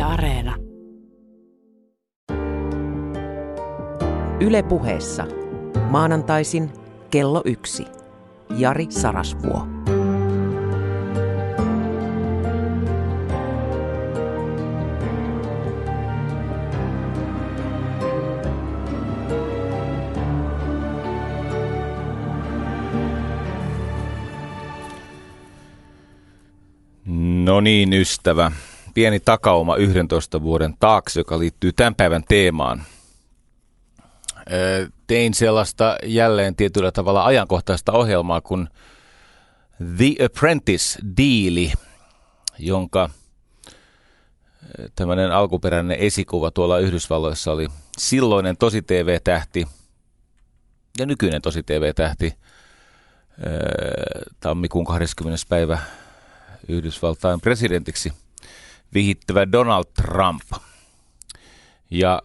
Areena. Yle Puheessa. Maanantaisin kello 1. Jari Sarasvuo. No niin, ystävä. Pieni takauma 11 vuoden taakse, joka liittyy tämän päivän teemaan. Tein sellaista jälleen tietyllä tavalla ajankohtaista ohjelmaa kuin The Apprentice-diili, jonka tämmöinen alkuperäinen esikuva tuolla Yhdysvalloissa oli silloinen tosi-TV-tähti ja nykyinen tosi-TV-tähti tammikuun 20. päivä Yhdysvaltain presidentiksi vihittävä Donald Trump. Ja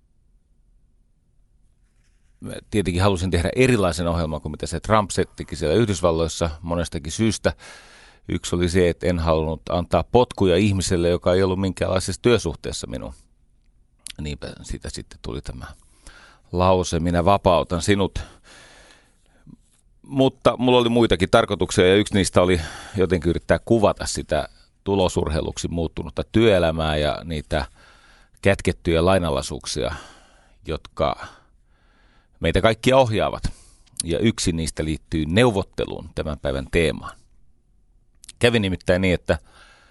tietenkin halusin tehdä erilaisen ohjelman kuin mitä se Trump teki siellä Yhdysvalloissa monestakin syystä. Yksi oli se, että en halunnut antaa potkuja ihmiselle, joka ei ollut minkäänlaisessa työsuhteessa minuun. Niinpä siitä sitten tuli tämä lause, minä vapautan sinut. Mutta mulla oli muitakin tarkoituksia ja yksi niistä oli jotenkin yrittää kuvata sitä tulosurheiluksi muuttunutta työelämää ja niitä kätkettyjä lainalaisuuksia, jotka meitä kaikkia ohjaavat. Ja yksi niistä liittyy neuvotteluun tämän päivän teemaan. Kävi nimittäin niin, että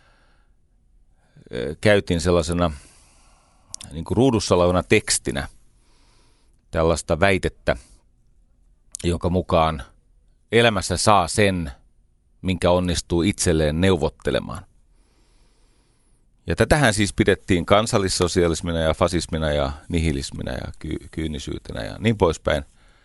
käytin sellaisena niin kuin ruudussa olevana tekstinä tällaista väitettä, jonka mukaan elämässä saa sen, minkä onnistuu itselleen neuvottelemaan. Ja tätähän siis pidettiin kansallissosialismina ja fasismina ja nihilismina ja kyynisyytenä ja niin poispäin.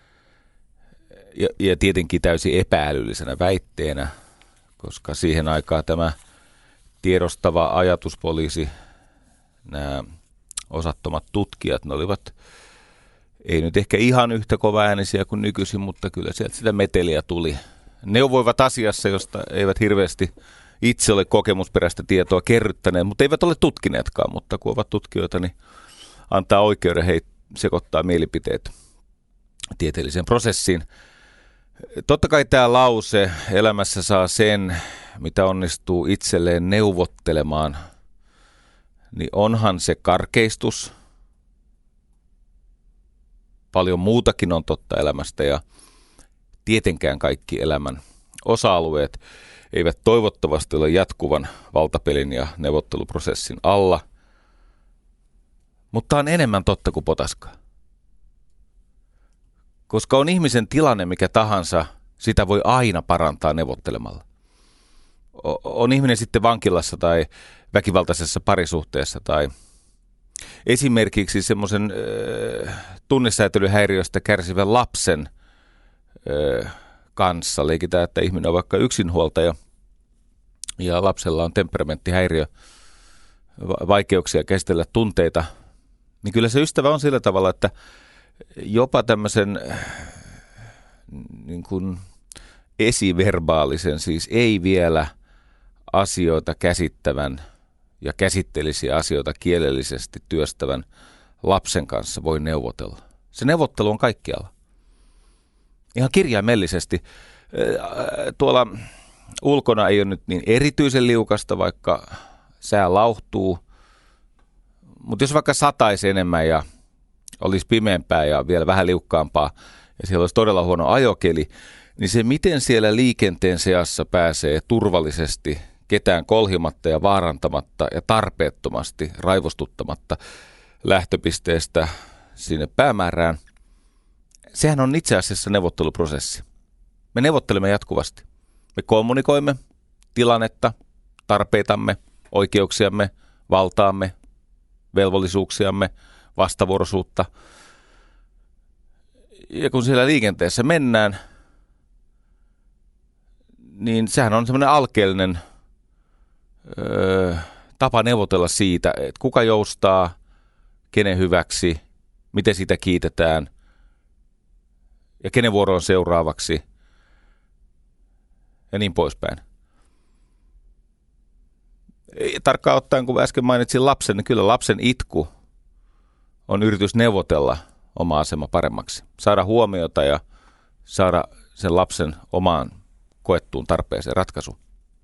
Ja tietenkin täysin epä-älyllisenä väitteenä, koska siihen aikaan tämä tiedostava ajatuspoliisi, nämä osattomat tutkijat, ne olivat ei nyt ehkä ihan yhtä kovaäänisiä kuin nykyisin, mutta kyllä sieltä sitä meteliä tuli. Neuvoivat asiassa, josta eivät hirveästi itse ole kokemusperäistä tietoa kerryttäneet, mutta eivät ole tutkineetkaan. Mutta kun ovat tutkijoita, niin antaa oikeuden sekoittaa mielipiteet tieteelliseen prosessiin. Totta kai tämä lause, elämässä saa sen, mitä onnistuu itselleen neuvottelemaan, niin onhan se karkeistus. Paljon muutakin on totta elämästä ja tietenkään kaikki elämän osa-alueet eivät toivottavasti ole jatkuvan valtapelin ja neuvotteluprosessin alla, mutta on enemmän totta kuin potaskaa. Koska on ihmisen tilanne mikä tahansa, sitä voi aina parantaa neuvottelemalla. On ihminen sitten vankilassa tai väkivaltaisessa parisuhteessa tai esimerkiksi semmoisen tunnesäätelyhäiriöstä kärsivän lapsen kanssa. Leikitään, että ihminen on vaikka yksinhuoltaja ja lapsella on temperamenttihäiriö, vaikeuksia käsitellä tunteita. Niin kyllä se ystävä on sillä tavalla, että jopa tämmöisen niin kuin esiverbaalisen, siis ei vielä asioita käsittävän ja käsittelisiä asioita kielellisesti työstävän lapsen kanssa voi neuvotella. Se neuvottelu on kaikkialla. Ihan kirjaimellisesti. Tuolla ulkona ei ole nyt niin erityisen liukasta, vaikka sää lauhtuu. Mutta jos vaikka sataisi enemmän ja olisi pimeämpää ja vielä vähän liukkaampaa ja siellä olisi todella huono ajokeli, niin se miten siellä liikenteen seassa pääsee turvallisesti ketään kolhimatta ja vaarantamatta ja tarpeettomasti raivostuttamatta lähtöpisteestä sinne päämäärään, sehän on itse asiassa neuvotteluprosessi. Me neuvottelemme jatkuvasti. Me kommunikoimme tilannetta, tarpeitamme, oikeuksiamme, valtaamme, velvollisuuksiamme, vastavuoroisuutta. Ja kun siellä liikenteessä mennään, niin sehän on semmoinen alkeellinen tapa neuvotella siitä, että kuka joustaa, kenen hyväksi, miten sitä kiitetään ja kenen vuoro on seuraavaksi ja niin poispäin. Tarkkaan ottaen, kun äsken mainitsin lapsen, niin kyllä lapsen itku on yritys neuvotella oma asema paremmaksi. Saada huomiota ja saada sen lapsen omaan koettuun tarpeeseen ratkaisu.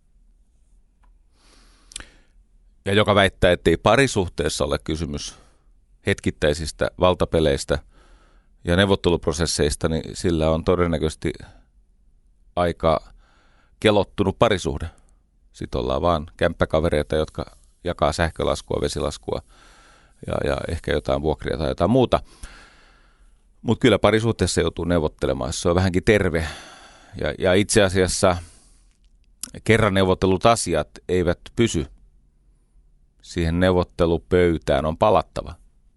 Ja joka väittää, ettei parisuhteessa ole kysymys hetkittäisistä valtapeleistä ja neuvotteluprosesseista, niin sillä on todennäköisesti aika kelottunut parisuhde. Sitten ollaan vaan kämppäkavereita, jotka jakaa sähkölaskua, vesilaskua ja ehkä jotain vuokria tai jotain muuta. Mutta kyllä parisuhteessa joutuu neuvottelemaan, jos se on vähänkin terve. Ja itse asiassa kerran neuvotellut asiat eivät pysy. Siihen neuvottelupöytään on palattava.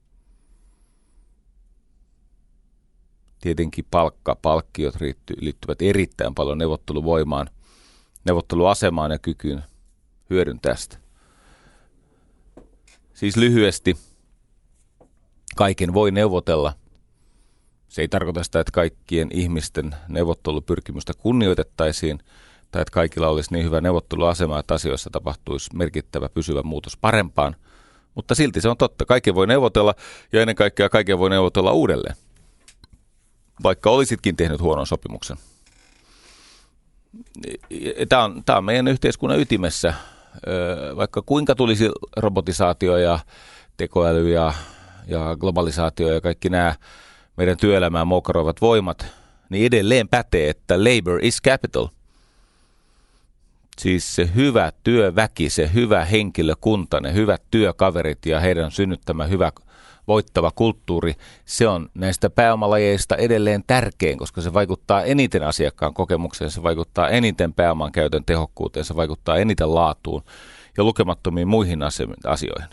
Tietenkin palkkiot liittyvät erittäin paljon neuvotteluvoimaan, neuvotteluasemaan ja kykyyn hyödyntää sitä. Siis lyhyesti, kaiken voi neuvotella. Se ei tarkoita sitä, että kaikkien ihmisten neuvottelupyrkimystä kunnioitettaisiin tai että kaikilla olisi niin hyvä neuvotteluasema, että asioissa tapahtuisi merkittävä pysyvä muutos parempaan. Mutta silti se on totta. Kaiken voi neuvotella ja ennen kaikkea kaiken voi neuvotella uudelleen, vaikka olisitkin tehnyt huonon sopimuksen. Tämä on meidän yhteiskunnan ytimessä. Vaikka kuinka tulisi robotisaatio ja tekoäly ja globalisaatio ja kaikki nämä meidän työelämään moukaroivat voimat, niin edelleen pätee, että labor is capital. Siis se hyvä työväki, se hyvä henkilökunta, ne hyvät työkaverit ja heidän synnyttämä hyvä voittava kulttuuri, se on näistä pääomalajeista edelleen tärkein, koska se vaikuttaa eniten asiakkaan kokemukseen, se vaikuttaa eniten pääoman käytön tehokkuuteen, se vaikuttaa eniten laatuun ja lukemattomiin muihin asioihin.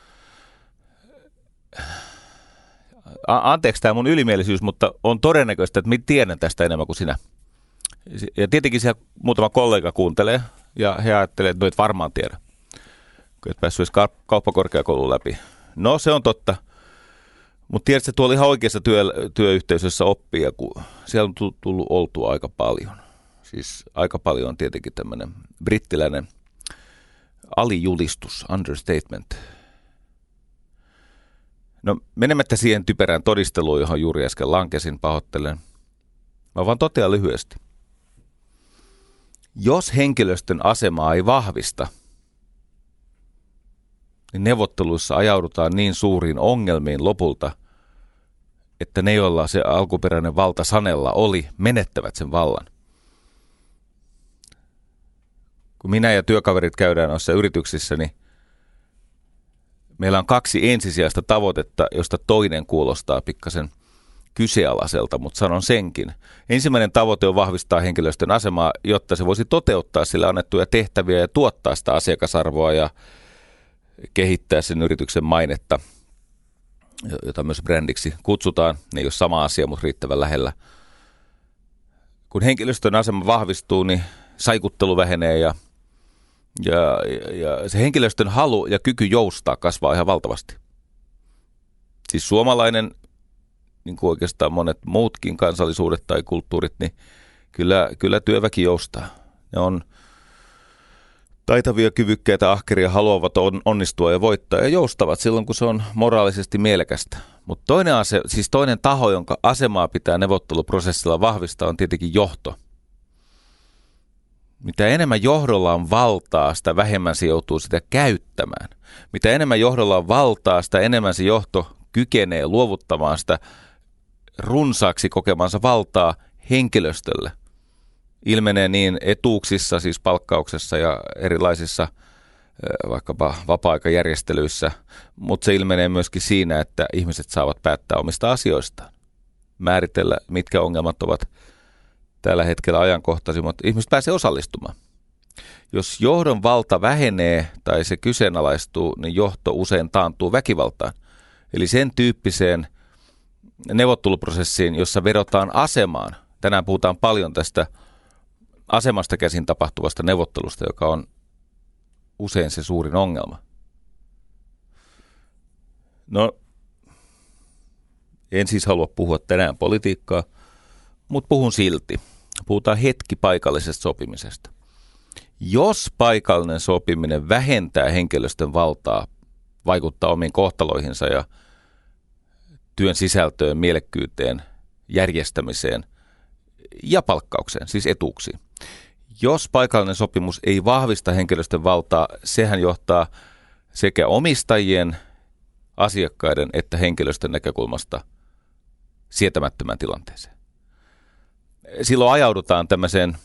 Anteeksi tämä mun ylimielisyys, mutta on todennäköistä, että minä tiedän tästä enemmän kuin sinä. Ja tietenkin siellä muutama kollega kuuntelee ja he ajattelee, että no et varmaan tiedä, kun et päässyt edes kauppakorkeakoulun läpi. No se on totta, mutta tiedätkö, että tuolla ihan oikeassa työyhteisössä oppii, kun siellä on tullut oltua aika paljon. Siis aika paljon on tietenkin tämmöinen brittiläinen alijulistus, understatement. No menemättä siihen typerään todisteluun, johon juuri äsken lankesin, pahoittelen. Mä vaan totean lyhyesti. Jos henkilöstön asemaa ei vahvista, niin neuvotteluissa ajaudutaan niin suuriin ongelmiin lopulta, että ne, joilla se alkuperäinen valta sanella oli, menettävät sen vallan. Kun minä ja työkaverit käydään noissa yrityksissä, niin meillä on 2 ensisijaista tavoitetta, josta toinen kuulostaa pikkasen kyseenalaiselta, mutta sanon senkin. Ensimmäinen tavoite on vahvistaa henkilöstön asemaa, jotta se voisi toteuttaa sille annettuja tehtäviä ja tuottaa sitä asiakasarvoa ja kehittää sen yrityksen mainetta, jota myös brändiksi kutsutaan. Ne ei ole sama asia, mutta riittävän lähellä. Kun henkilöstön asema vahvistuu, niin saikuttelu vähenee ja se henkilöstön halu ja kyky joustaa kasvaa ihan valtavasti. Siis suomalainen, niin kuin oikeastaan monet muutkin kansallisuudet tai kulttuurit, niin kyllä työväki joustaa. Ne on taitavia, kyvykkäitä, ahkeria, haluavat onnistua ja voittaa ja joustavat silloin, kun se on moraalisesti mielekästä. Mutta toinen taho, jonka asemaa pitää neuvotteluprosessilla vahvistaa, on tietenkin johto. Mitä enemmän johdolla on valtaa, sitä vähemmän se joutuu sitä käyttämään. Mitä enemmän johdolla on valtaa, sitä enemmän se johto kykenee luovuttamaan sitä runsaaksi kokemansa valtaa henkilöstölle. Ilmenee niin etuuksissa, siis palkkauksessa ja erilaisissa vaikkapa vapaa-aikajärjestelyissä, mutta se ilmenee myöskin siinä, että ihmiset saavat päättää omista asioistaan. Määritellä, mitkä ongelmat ovat tällä hetkellä ajankohtaisimmat. Ihmiset pääsee osallistumaan. Jos johdon valta vähenee tai se kyseenalaistuu, niin johto usein taantuu väkivaltaan. Eli sen tyyppiseen neuvotteluprosessiin, jossa vedotaan asemaan. Tänään puhutaan paljon tästä asemasta käsin tapahtuvasta neuvottelusta, joka on usein se suurin ongelma. No, en siis halua puhua tänään politiikkaa, mutta puhun silti. Puhutaan hetki paikallisesta sopimisesta. Jos paikallinen sopiminen vähentää henkilöstön valtaa, vaikuttaa omiin kohtaloihinsa ja työn sisältöön, mielekkyyteen, järjestämiseen ja palkkaukseen, siis etuuksiin. Jos paikallinen sopimus ei vahvista henkilöstön valtaa, sehän johtaa sekä omistajien, asiakkaiden että henkilöstön näkökulmasta sietämättömään tilanteeseen. Silloin ajaudutaan tämmöiseen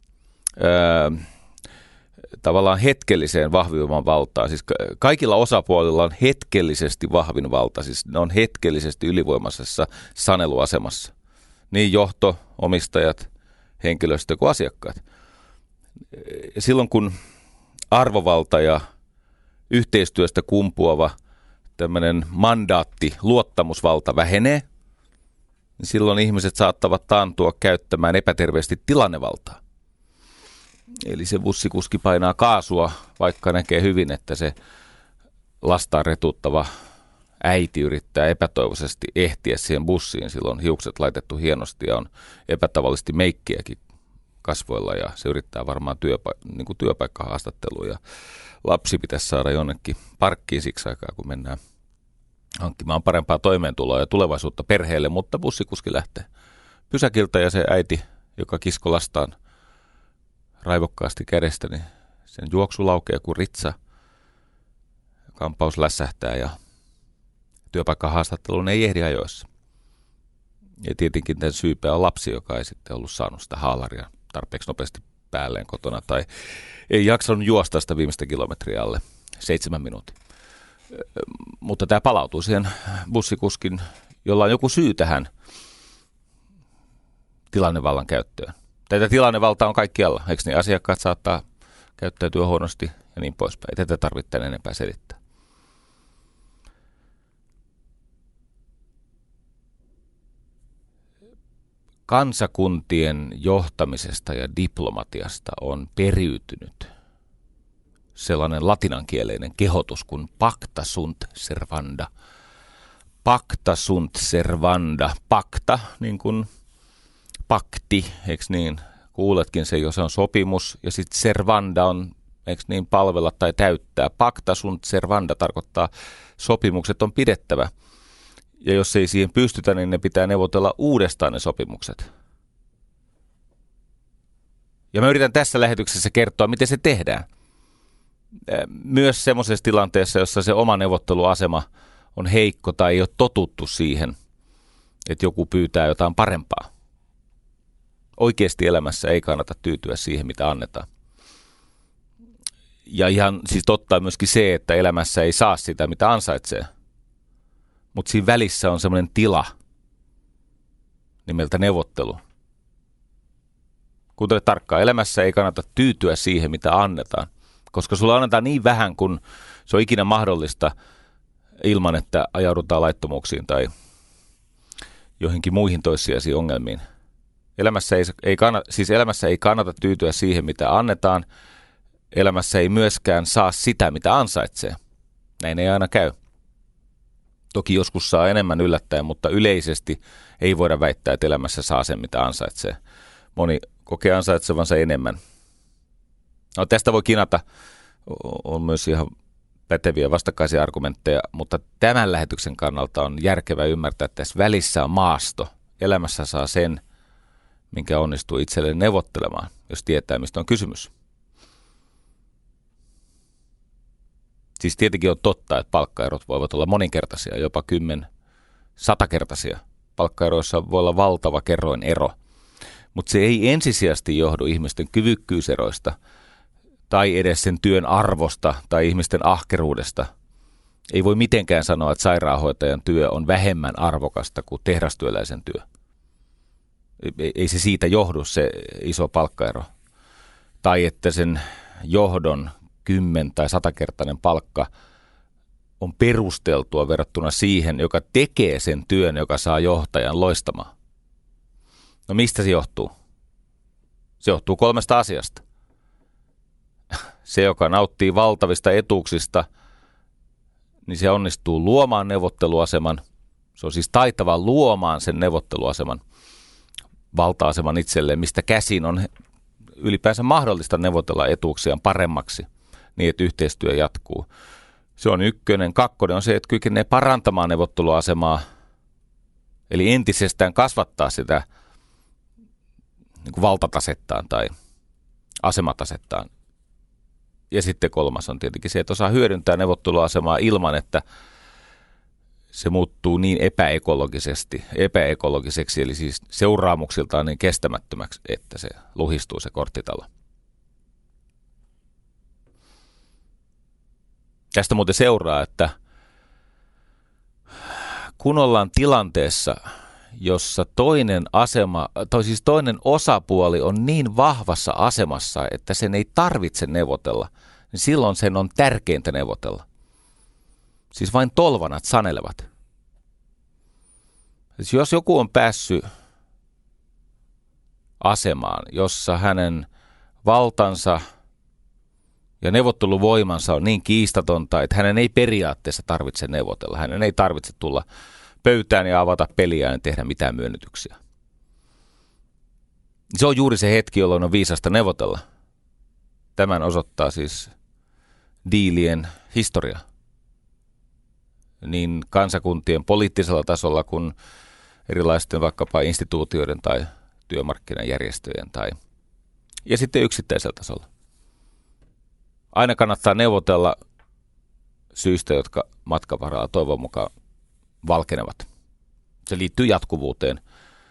tavallaan hetkelliseen vahvimman valtaan. Siis kaikilla osapuolilla on hetkellisesti vahvin valta, siis ne on hetkellisesti ylivoimaisessa saneluasemassa. Niin johto, omistajat, henkilöstö kuin asiakkaat. Silloin kun arvovalta ja yhteistyöstä kumpuava tämmöinen mandaatti, luottamusvalta vähenee, niin silloin ihmiset saattavat taantua käyttämään epäterveesti tilannevaltaa. Eli se bussikuski painaa kaasua, vaikka näkee hyvin, että se lastaan retuttava äiti yrittää epätoivoisesti ehtiä siihen bussiin. Silloin on hiukset laitettu hienosti ja on epätavallisesti meikkiäkin kasvoilla ja se yrittää varmaan työpaikkahaastatteluun. Ja lapsi pitäisi saada jonnekin parkkiin siksi aikaa, kun mennään hankkimaan parempaa toimeentuloa ja tulevaisuutta perheelle, mutta bussikuski lähtee pysäkiltä ja se äiti, joka kisko lastaan raivokkaasti kädestä, niin sen juoksu laukeaa kuin ritsa. Kampaus lässähtää ja työpaikkahaastatteluun ei ehdi ajoissa. Ja tietenkin tämän syypää on lapsi, joka ei sitten ollut saanut sitä haalaria tarpeeksi nopeasti päälleen kotona tai ei jaksanut juosta sitä viimeistä kilometriä alle 7 minuutin. Mutta tämä palautuu siihen bussikuskin, jolla on joku syy tähän tilannevallan käyttöön. Tätä tilannevaltaa on kaikkialla, eikö niin? Asiakkaat saattaa käyttäytyä huonosti ja niin poispäin. Tätä tarvitsee enempää selittää. Kansakuntien johtamisesta ja diplomatiasta on periytynyt sellainen latinankieleinen kehotus kuin pacta sunt servanda. Pacta sunt servanda. Pacta, niin kuin pakti, eikö niin? Kuuletkin se, jos se on sopimus. Ja sitten servanda on, eikö niin, palvella tai täyttää. Pacta sunt servanda tarkoittaa sopimukset on pidettävä. Ja jos ei siihen pystytä, niin ne pitää neuvotella uudestaan ne sopimukset. Ja mä yritän tässä lähetyksessä kertoa, miten se tehdään. Myös semmoisessa tilanteessa, jossa se oma neuvotteluasema on heikko tai ei ole totuttu siihen, että joku pyytää jotain parempaa. Oikeasti elämässä ei kannata tyytyä siihen, mitä annetaan. Ja ihan siis totta on myöskin se, että elämässä ei saa sitä, mitä ansaitsee. Mutta siinä välissä on semmoinen tila nimeltä neuvottelu. Kuuntele tarkkaan, elämässä ei kannata tyytyä siihen, mitä annetaan. Koska sulla annetaan niin vähän, kun se on ikinä mahdollista ilman, että ajaudutaan laittomuuksiin tai joihinkin muihin toissijaisiin ongelmiin. Elämässä ei kannata tyytyä siihen, mitä annetaan. Elämässä ei myöskään saa sitä, mitä ansaitsee. Näin ei aina käy. Toki joskus saa enemmän yllättäen, mutta yleisesti ei voida väittää, että elämässä saa sen, mitä ansaitsee. Moni kokee ansaitsevansa enemmän. No, tästä voi kinata. On myös ihan päteviä vastakkaisia argumentteja, mutta tämän lähetyksen kannalta on järkevää ymmärtää, että tässä välissä on maasto. Elämässä saa sen, minkä onnistuu itselleen neuvottelemaan, jos tietää, mistä on kysymys. Siis tietenkin on totta, että palkkaerot voivat olla moninkertaisia, jopa 10-100-kertaisia. Palkkaeroissa voi olla valtava kerroinero, mutta se ei ensisijaisesti johdu ihmisten kyvykkyyseroista tai edes sen työn arvosta tai ihmisten ahkeruudesta. Ei voi mitenkään sanoa, että sairaanhoitajan työ on vähemmän arvokasta kuin tehdastyöläisen työ. Ei se siitä johdu se iso palkkaero. Tai että sen johdon 10- tai 100-kertainen palkka on perusteltua verrattuna siihen, joka tekee sen työn, joka saa johtajan loistamaan. No mistä se johtuu? Se johtuu 3 asiasta. Se, joka nauttii valtavista etuuksista, niin se onnistuu luomaan neuvotteluaseman. Se on siis taitava luomaan sen neuvotteluaseman, valta-aseman itselleen, mistä käsin on ylipäänsä mahdollista neuvotella etuuksiaan paremmaksi niin, että yhteistyö jatkuu. Se on ykkönen. Kakkonen on se, että kykenee parantamaan neuvotteluasemaa, eli entisestään kasvattaa sitä niin kuin valtatasettaan tai asematasettaan. Ja sitten kolmas on tietenkin se, että osaa hyödyntää neuvotteluasemaa ilman, että se muuttuu niin epäekologiseksi, eli siis seuraamuksiltaan niin kestämättömäksi, että se luhistuu se korttitalo. Tästä muuten seuraa, että kun ollaan tilanteessa, jossa toinen osapuoli on niin vahvassa asemassa, että sen ei tarvitse neuvotella, niin silloin sen on tärkeintä neuvotella. Siis vain tolvanat sanelevat. Siis jos joku on päässyt asemaan, jossa hänen valtansa ja neuvotteluvoimansa on niin kiistatonta, että hänen ei periaatteessa tarvitse neuvotella. Hänen ei tarvitse tulla pöytään ja avata peliä ja tehdä mitään myönnytyksiä. Se on juuri se hetki, jolloin on viisasta neuvotella. Tämän osoittaa siis diilien historia. Niin kansakuntien poliittisella tasolla kuin erilaisten vaikkapa instituutioiden tai työmarkkinajärjestöjen ja sitten yksittäisellä tasolla. Aina kannattaa neuvotella syistä, jotka matkan varrella toivon mukaan valkenevat. Se liittyy jatkuvuuteen.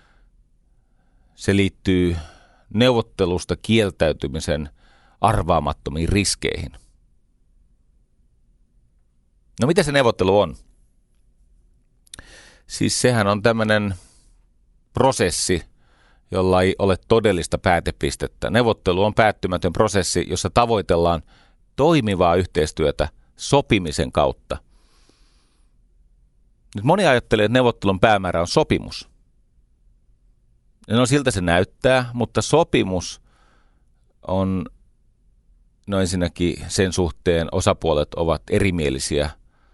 Se liittyy neuvottelusta kieltäytymisen arvaamattomiin riskeihin. No mitä se neuvottelu on? Siis sehän on tämmöinen prosessi, jolla ei ole todellista päätepistettä. Neuvottelu on päättymätön prosessi, jossa tavoitellaan toimivaa yhteistyötä sopimisen kautta. Nyt moni ajattelee, että neuvottelun päämäärä on sopimus. No siltä se näyttää, mutta sopimus on ensinnäkin sen suhteen osapuolet ovat erimielisiä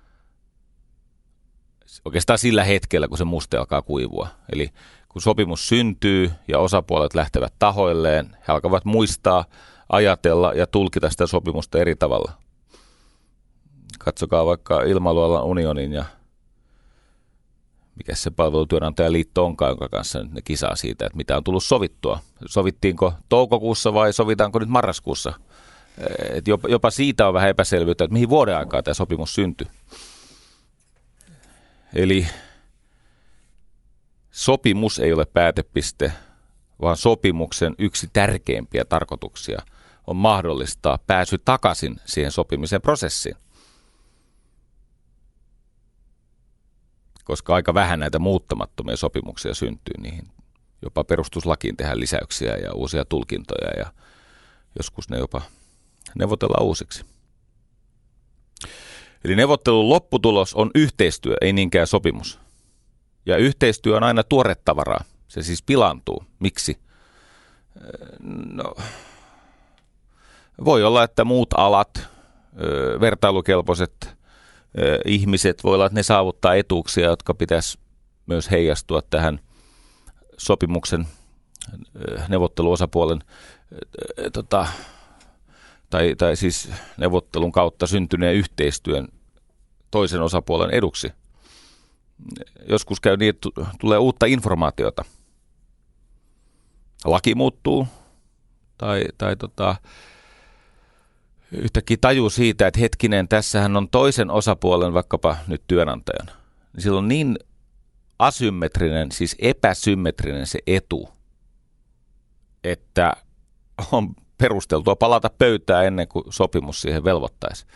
oikeastaan sillä hetkellä, kun se muste alkaa kuivua. Eli kun sopimus syntyy ja osapuolet lähtevät tahoilleen, he alkavat muistaa, ajatella ja tulkita sitä sopimusta eri tavalla. Katsokaa vaikka ilmailualan unionin ja mikä se palvelutyönantajaliitto onkaan, jonka kanssa nyt ne kisaa siitä, että mitä on tullut sovittua. Sovittiinko toukokuussa vai sovitaanko nyt marraskuussa? Et jopa siitä on vähän epäselvyyttä, että mihin vuoden aikaa tämä sopimus syntyi. Eli sopimus ei ole päätepiste, vaan sopimuksen yksi tärkeimpiä tarkoituksia on mahdollistaa pääsy takaisin siihen sopimisen prosessiin. Koska aika vähän näitä muuttamattomia sopimuksia syntyy, niihin jopa perustuslakiin tehdään lisäyksiä ja uusia tulkintoja ja joskus ne jopa neuvotellaan uusiksi. Eli neuvottelun lopputulos on yhteistyö, ei niinkään sopimus. Ja yhteistyö on aina tuoretavaraa. Se siis pilaantuu. Miksi? No, voi olla, että muut alat, vertailukelpoiset ihmiset, voi olla, että ne saavuttaa etuuksia, jotka pitäisi myös heijastua tähän sopimuksen neuvotteluosapuolen tai siis neuvottelun kautta syntyneen yhteistyön toisen osapuolen eduksi. Joskus käy niin, että tulee uutta informaatiota. Laki muuttuu tai yhtäkkiä tajuu siitä, että hetkinen, tässähän on toisen osapuolen, vaikkapa nyt työnantajan. Sillä on niin asymmetrinen, siis epäsymmetrinen se etu, että on perusteltua palata pöytään ennen kuin sopimus siihen velvoittaisi.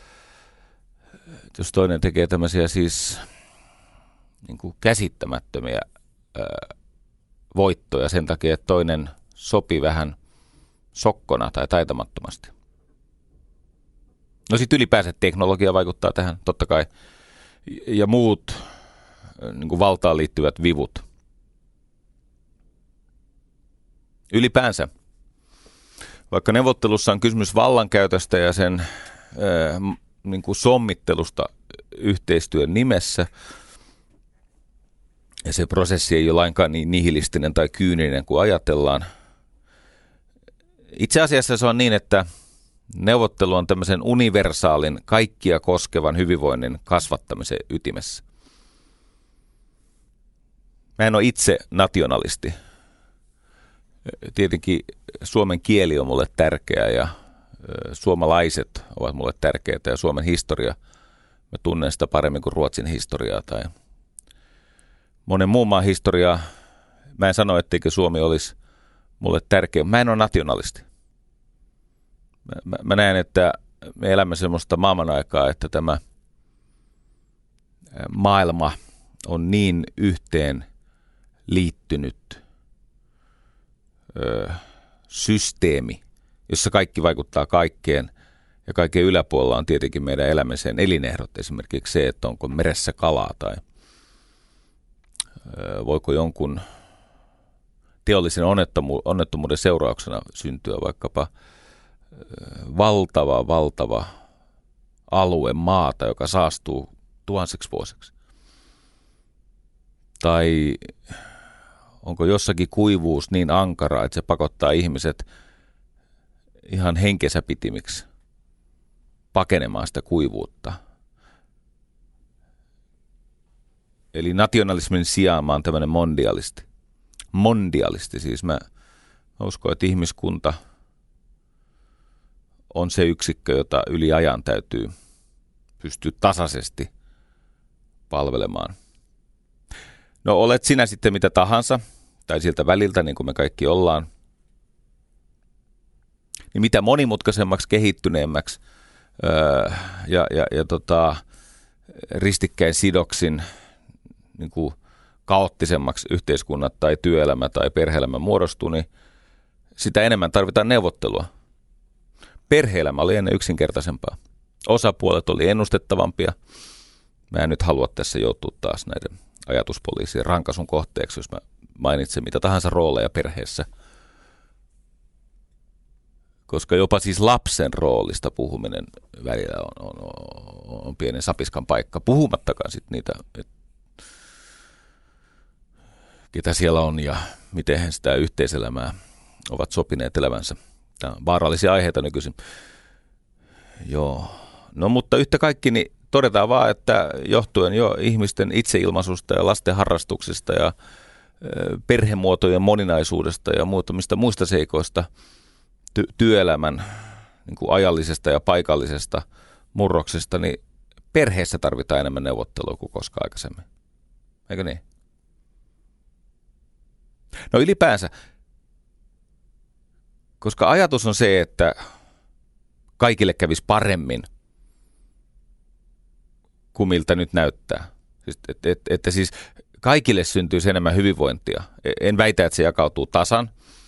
Jos toinen tekee tämmöisiä siis niin kuin käsittämättömiä voittoja sen takia, että toinen sopi vähän sokkona tai taitamattomasti. No sitten ylipäänsä teknologia vaikuttaa tähän, totta kai, ja muut niin kuin valtaan liittyvät vivut. Ylipäänsä, vaikka neuvottelussa on kysymys vallankäytöstä ja sen niin kuin sommittelusta yhteistyön nimessä, ja se prosessi ei ole lainkaan niin nihilistinen tai kyyninen kuin ajatellaan, itse asiassa se on niin, että neuvottelu on tämmöisen universaalin, kaikkia koskevan hyvinvoinnin kasvattamisen ytimessä. Mä en ole itse nationalisti. Tietenkin suomen kieli on mulle tärkeä ja suomalaiset ovat mulle tärkeitä ja Suomen historia. Mä tunnen sitä paremmin kuin Ruotsin historiaa tai monen muun maan historiaa. Mä en sano, etteikö Suomi olisi mulle tärkeä. Mä en ole nationalisti. Mä näen, että me elämme semmoista maailman aikaa, että tämä maailma on niin yhteen liittynyt systeemi, jossa kaikki vaikuttaa kaikkeen ja kaiken yläpuolella on tietenkin meidän elämisen elinehdot. Esimerkiksi se, että onko meressä kalaa tai voiko jonkun teollisen onnettomuuden seurauksena syntyä vaikkapa valtava alue maata, joka saastuu tuhansiksi vuosiksi. Tai onko jossakin kuivuus niin ankara, että se pakottaa ihmiset ihan henkensä pitimiksi pakenemaan sitä kuivuutta. Eli nationalismin sijaan mä oon tämmöinen mondialisti. Mondialisti, siis mä uskon, että ihmiskunta on se yksikkö, jota yli ajan täytyy pystyä tasaisesti palvelemaan. No olet sinä sitten mitä tahansa, tai siltä väliltä, niin kuin me kaikki ollaan, niin mitä monimutkaisemmaksi, kehittyneemmäksi ristikkäin sidoksin niin kuin kaoottisemmaksi yhteiskunnat tai työelämä tai perhe-elämä muodostuu, niin sitä enemmän tarvitaan neuvottelua. Perhe-elämä oli ennen yksinkertaisempaa. Osapuolet oli ennustettavampia. Mä en nyt halua tässä joutua taas näiden ajatuspoliisien rankasun kohteeksi, jos mä mainitsen mitä tahansa rooleja perheessä. Koska jopa siis lapsen roolista puhuminen välillä on pienen sapiskan paikka. Puhumattakaan sitten niitä, ketä siellä on ja miten he sitä yhteiselämää ovat sopineet elämänsä. Tämä on vaarallisia aiheita nykyisin. Joo. No mutta yhtä kaikki niin todetaan vaan, että johtuen jo ihmisten itseilmaisusta ja lasten harrastuksista ja perhemuotojen moninaisuudesta ja muutamista muista seikoista, työelämän niin kuin ajallisesta ja paikallisesta murroksesta, niin perheessä tarvitaan enemmän neuvottelua kuin koskaan aikaisemmin. Eikö niin? No ylipäänsä, koska ajatus on se, että kaikille kävisi paremmin kuin miltä nyt näyttää. Että siis kaikille syntyisi enemmän hyvinvointia. En väitä, että se jakautuu tasan.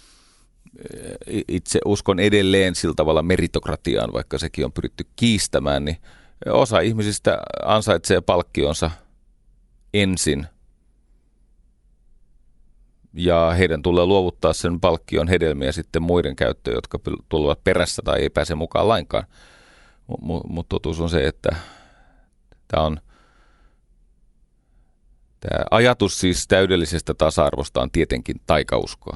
Itse uskon edelleen sillä tavalla meritokratiaan, vaikka sekin on pyritty kiistämään, niin osa ihmisistä ansaitsee palkkionsa ensin. Ja heidän tulee luovuttaa sen palkkion hedelmiä sitten muiden käyttöön, jotka tulevat perässä tai ei pääse mukaan lainkaan. Mutta totuus on se, että tämä ajatus siis täydellisestä tasa-arvosta on tietenkin taikauskoa.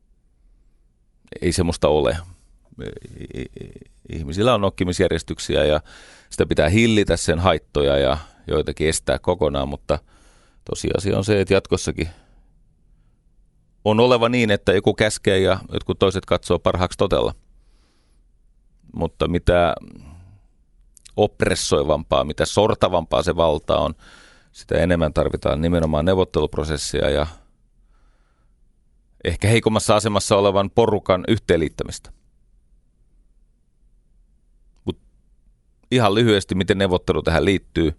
Ei semmoista ole. Ihmisillä on nokkimisjärjestyksiä ja sitä pitää hillitä sen haittoja ja joitakin estää kokonaan, mutta tosiasia on se, että jatkossakin on oleva niin, että joku käskee ja jotkut toiset katsoo parhaaksi totella. Mutta mitä oppressoivampaa, mitä sortavampaa se valta on, sitä enemmän tarvitaan nimenomaan neuvotteluprosessia ja ehkä heikommassa asemassa olevan porukan yhteenliittämistä. Mut ihan lyhyesti, miten neuvottelu tähän liittyy.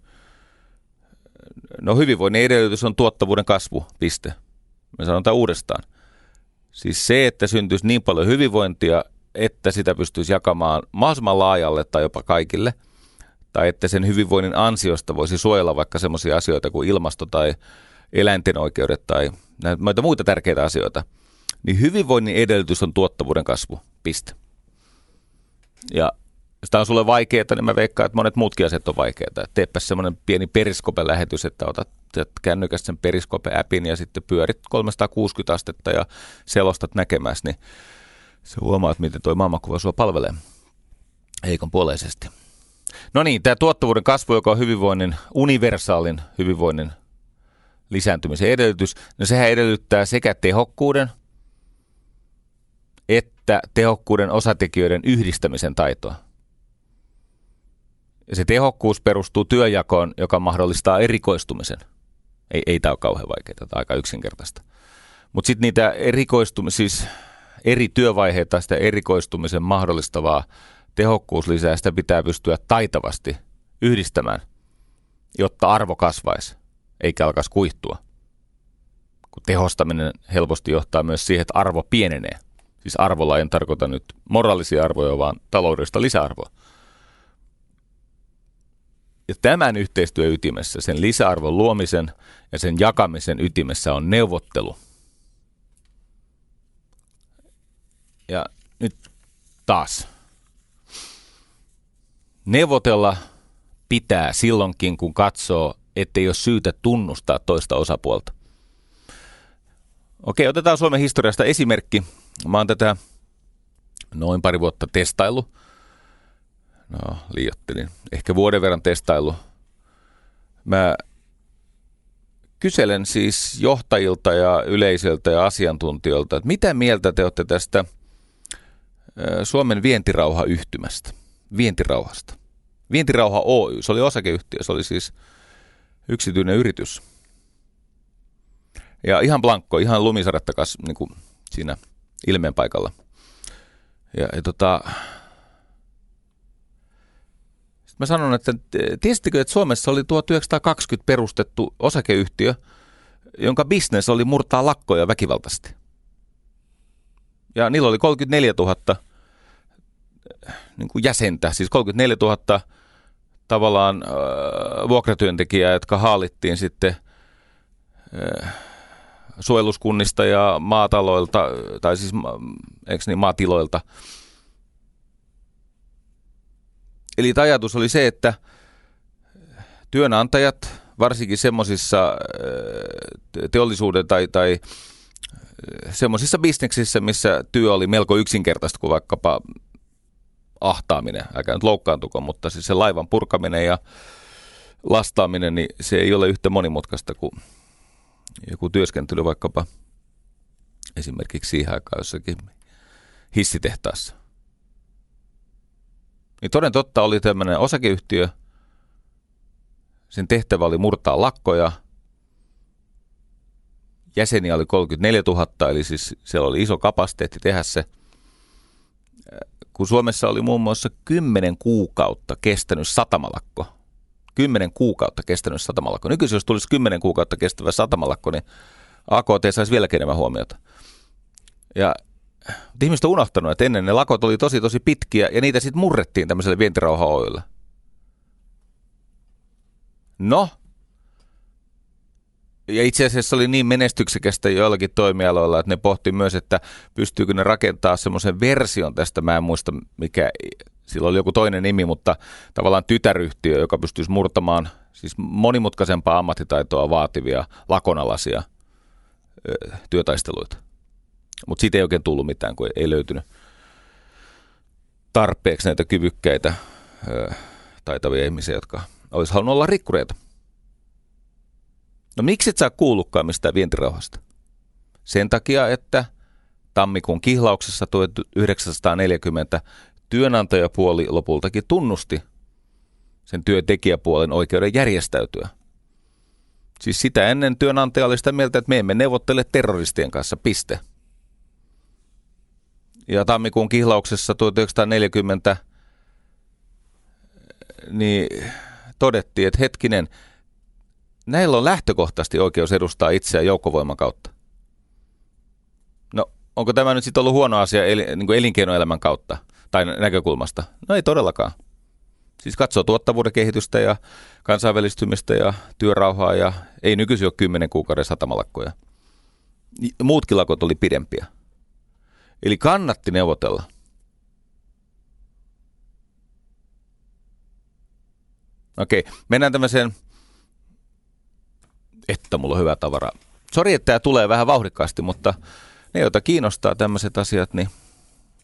No hyvinvoinnin edellytys on tuottavuuden kasvu, piste. Me sanotaan uudestaan. Siis se, että syntyisi niin paljon hyvinvointia, että sitä pystyisi jakamaan mahdollisimman laajalle tai jopa kaikille, tai että sen hyvinvoinnin ansiosta voisi suojella vaikka semmoisia asioita kuin ilmasto tai eläinten oikeudet tai näitä muita tärkeitä asioita, niin hyvinvoinnin edellytys on tuottavuuden kasvu, piste. Ja jos tämä on sulle vaikeaa, niin mä veikkaan, että monet muutkin asiat on vaikeita. Teepä semmoinen pieni Periskope-lähetys, että otat kännykästä sen Periskope-appin ja sitten pyörit 360 astetta ja selostat näkemässä, niin sä huomaat, miten tuo maailmankuva sua palvelee heikonpuoleisesti. No niin, tämä tuottavuuden kasvu, joka on hyvinvoinnin, universaalin hyvinvoinnin lisääntymisen edellytys, no sehän edellyttää sekä tehokkuuden että tehokkuuden osatekijöiden yhdistämisen taitoa. Ja se tehokkuus perustuu työjakoon, joka mahdollistaa erikoistumisen. Ei tämä ole kauhean vaikeaa, tämä on aika yksinkertaista. Mutta sitten niitä siis eri työvaiheita, sitä erikoistumisen mahdollistavaa tehokkuuslisää, sitä pitää pystyä taitavasti yhdistämään, jotta arvo kasvaisi, eikä alkaisi kuihtua. Kun tehostaminen helposti johtaa myös siihen, että arvo pienenee. Siis arvolla en tarkoita nyt moraalisia arvoja, vaan taloudellista lisäarvoa. Ja tämän yhteistyön ytimessä, sen lisäarvon luomisen ja sen jakamisen ytimessä on neuvottelu. Ja nyt taas. Neuvotella pitää silloinkin, kun katsoo, ettei ole syytä tunnustaa toista osapuolta. Okei, otetaan Suomen historiasta esimerkki. Mä oon tätä noin pari vuotta testaillut. No, liioittelin. Ehkä vuoden verran testaillut. Mä kyselen siis johtajilta ja yleisöltä ja asiantuntijoilta, että mitä mieltä te olette tästä Suomen vientirauhayhtymästä, vientirauhasta. Vientirauha Oy, se oli osakeyhtiö, se oli siis yksityinen yritys. Ja ihan blankko, ihan lumisaretta niin kuin siinä ilmeen paikalla. Sitten mä sanon, että tiesittekö, että Suomessa oli 1920 perustettu osakeyhtiö, jonka business oli murtaa lakkoja väkivaltaisesti. Ja niillä oli 34 000 niin kuin jäsentä, siis 34 000 tavallaan vuokratyöntekijää, jotka haalittiin sitten suojeluskunnista ja maataloilta, tai siis eikö niin, maatiloilta. Eli ajatus oli se, että työnantajat, varsinkin semmoisissa teollisuuden tai semmoisissa bisneksissä, missä työ oli melko yksinkertaista kuin vaikkapa ahtaaminen, älkää nyt loukkaantuko, mutta siis se laivan purkaminen ja lastaaminen, niin se ei ole yhtä monimutkaista kuin joku työskentely vaikkapa esimerkiksi siihen aikaan jossakin hissitehtaassa. Niin toden totta oli tämmöinen osakeyhtiö, sen tehtävä oli murtaa lakkoja, jäseniä oli 34 000, eli siis siellä oli iso kapasiteetti tehdä se. Kun Suomessa oli muun muassa 10 kuukautta kestänyt satamalakko. 10 kuukautta kestänyt satamalakko. Nykyisin jos tulisi 10 kuukautta kestävä satamalakko, niin AKT saisi vieläkin enemmän huomiota. Ja ihmiset on unohtanut, että ennen ne lakot oli tosi pitkiä, ja niitä sitten murrettiin tämmöiselle Vientirauha Oy:lle. No, ja itse asiassa oli niin menestyksekästä joillakin toimialoilla, että ne pohti myös, että pystyykö ne rakentaa semmoisen version tästä, mä en muista mikä, sillä oli joku toinen nimi, mutta tavallaan tytäryhtiö, joka pystyisi murtamaan siis monimutkaisempaa ammattitaitoa vaativia lakonalaisia työtaisteluita. Mutta siitä ei oikein tullut mitään, kun ei löytynyt tarpeeksi näitä kyvykkäitä taitavia ihmisiä, jotka olisi halunnut olla rikkureita. No miksi et saa kuullutkaan mistään vientirauhasta? Sen takia, että tammikuun kihlauksessa 1940 työnantajapuoli lopultakin tunnusti sen työntekijäpuolen oikeuden järjestäytyä. Siis sitä ennen työnantaja oli sitä mieltä, että me emme neuvottele terroristien kanssa, piste. Ja tammikuun kihlauksessa 1940 niin todettiin, että hetkinen, näillä on lähtökohtaisesti oikeus edustaa itseään joukkovoiman kautta. No, onko tämä nyt sitten ollut huono asia niin kuin elinkeinoelämän kautta tai näkökulmasta? No ei todellakaan. Siis katsoo tuottavuuden kehitystä ja kansainvälistymistä ja työrauhaa ja ei nykyisin ole 10 kuukauden satamalakkoja. Muutkin lakot oli pidempiä. Eli kannatti neuvotella. Okei, mennään tämmöiseen, että mulla on hyvä tavara. Sori, että tämä tulee vähän vauhdikkaasti, mutta ne, joita kiinnostaa tämmöiset asiat, niin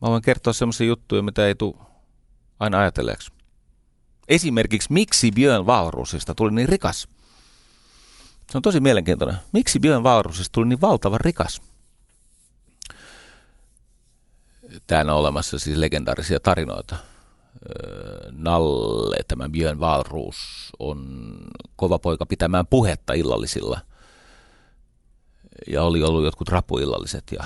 Mä voin kertoa semmoisia juttuja, mitä ei tule aina ajatelleeksi. Esimerkiksi, miksi Björn Wahlroosista tuli niin rikas? Se on tosi mielenkiintoinen. Miksi Björn Wahlroosista tuli niin valtavan rikas? Täällä on olemassa siis legendaarisia tarinoita. Nalle, tämä Björn Wahlroos, on kova poika pitämään puhetta illallisilla. Ja oli ollut jotkut rapuillalliset. Ja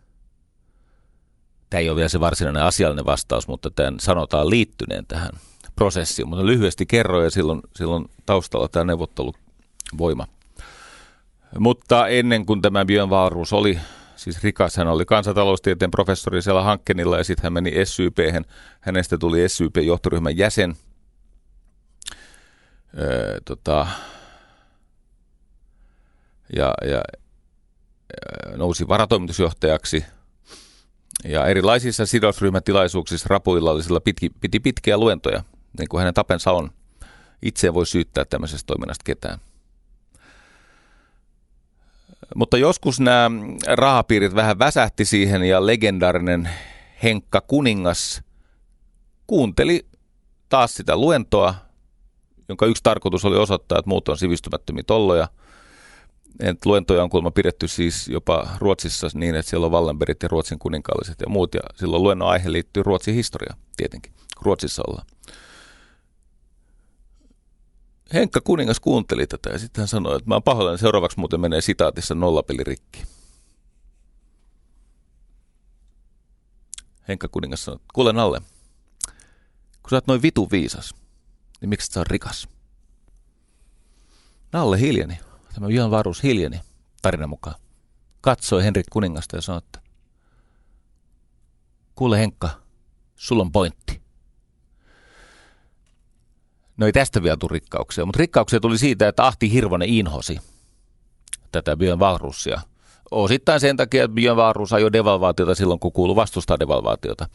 tämä ei ole vielä se varsinainen asiallinen vastaus, mutta tämän sanotaan liittyneen tähän prosessiin. Mutta lyhyesti kerroin ja silloin taustalla tämä neuvotteluvoima. Mutta ennen kuin tämä Björn Wahlroos oli siis rikas, hän oli kansantaloustieteen professori siellä Hankenilla ja sitten hän meni SYP:hen. Hänestä tuli SYP-johtoryhmän jäsen. Ja nousi varatoimitusjohtajaksi. Ja erilaisissa sidosryhmätilaisuuksissa rapuillallisilla piti pitkiä luentoja, niin kuin hänen tapensa on. Itse ei voi syyttää tämmöisestä toiminnasta ketään. Mutta joskus nämä rahapiirit vähän väsähti siihen ja legendaarinen Henkka Kuningas kuunteli taas sitä luentoa, jonka yksi tarkoitus oli osoittaa, että muut on sivistymättömiä tolloja. Luentoja on kuulemma pidetty siis jopa Ruotsissa niin, että siellä on Wallenbergit ja Ruotsin kuninkaalliset ja muut. Ja silloin luennon aihe liittyy Ruotsin historiaan tietenkin, kun Ruotsissa ollaan. Henkka Kuningas kuunteli tätä ja sitten hän sanoi, että mä oon pahoillani, seuraavaksi muuten menee sitaatissa nollapeli rikki. Henkka Kuningas sanoi, kuule Nalle, kun sä oot noin vitun viisas, niin miksi sä oot rikas? Nalle hiljeni, tämä Björn Wahlroos hiljeni, tarinan mukaan. Katsoi Henrik Kuningasta ja sanoi, että kuule Henkka, sulla on pointti. No ei tästä vielä tule rikkauksia, mutta rikkauksia tuli siitä, että Ahti Hirvonen inhosi tätä Björn Wahlroosia. Osittain sen takia, että Björn Wahlroos ajoi devalvaatiota silloin, kun kuului vastustaa devalvaatiota.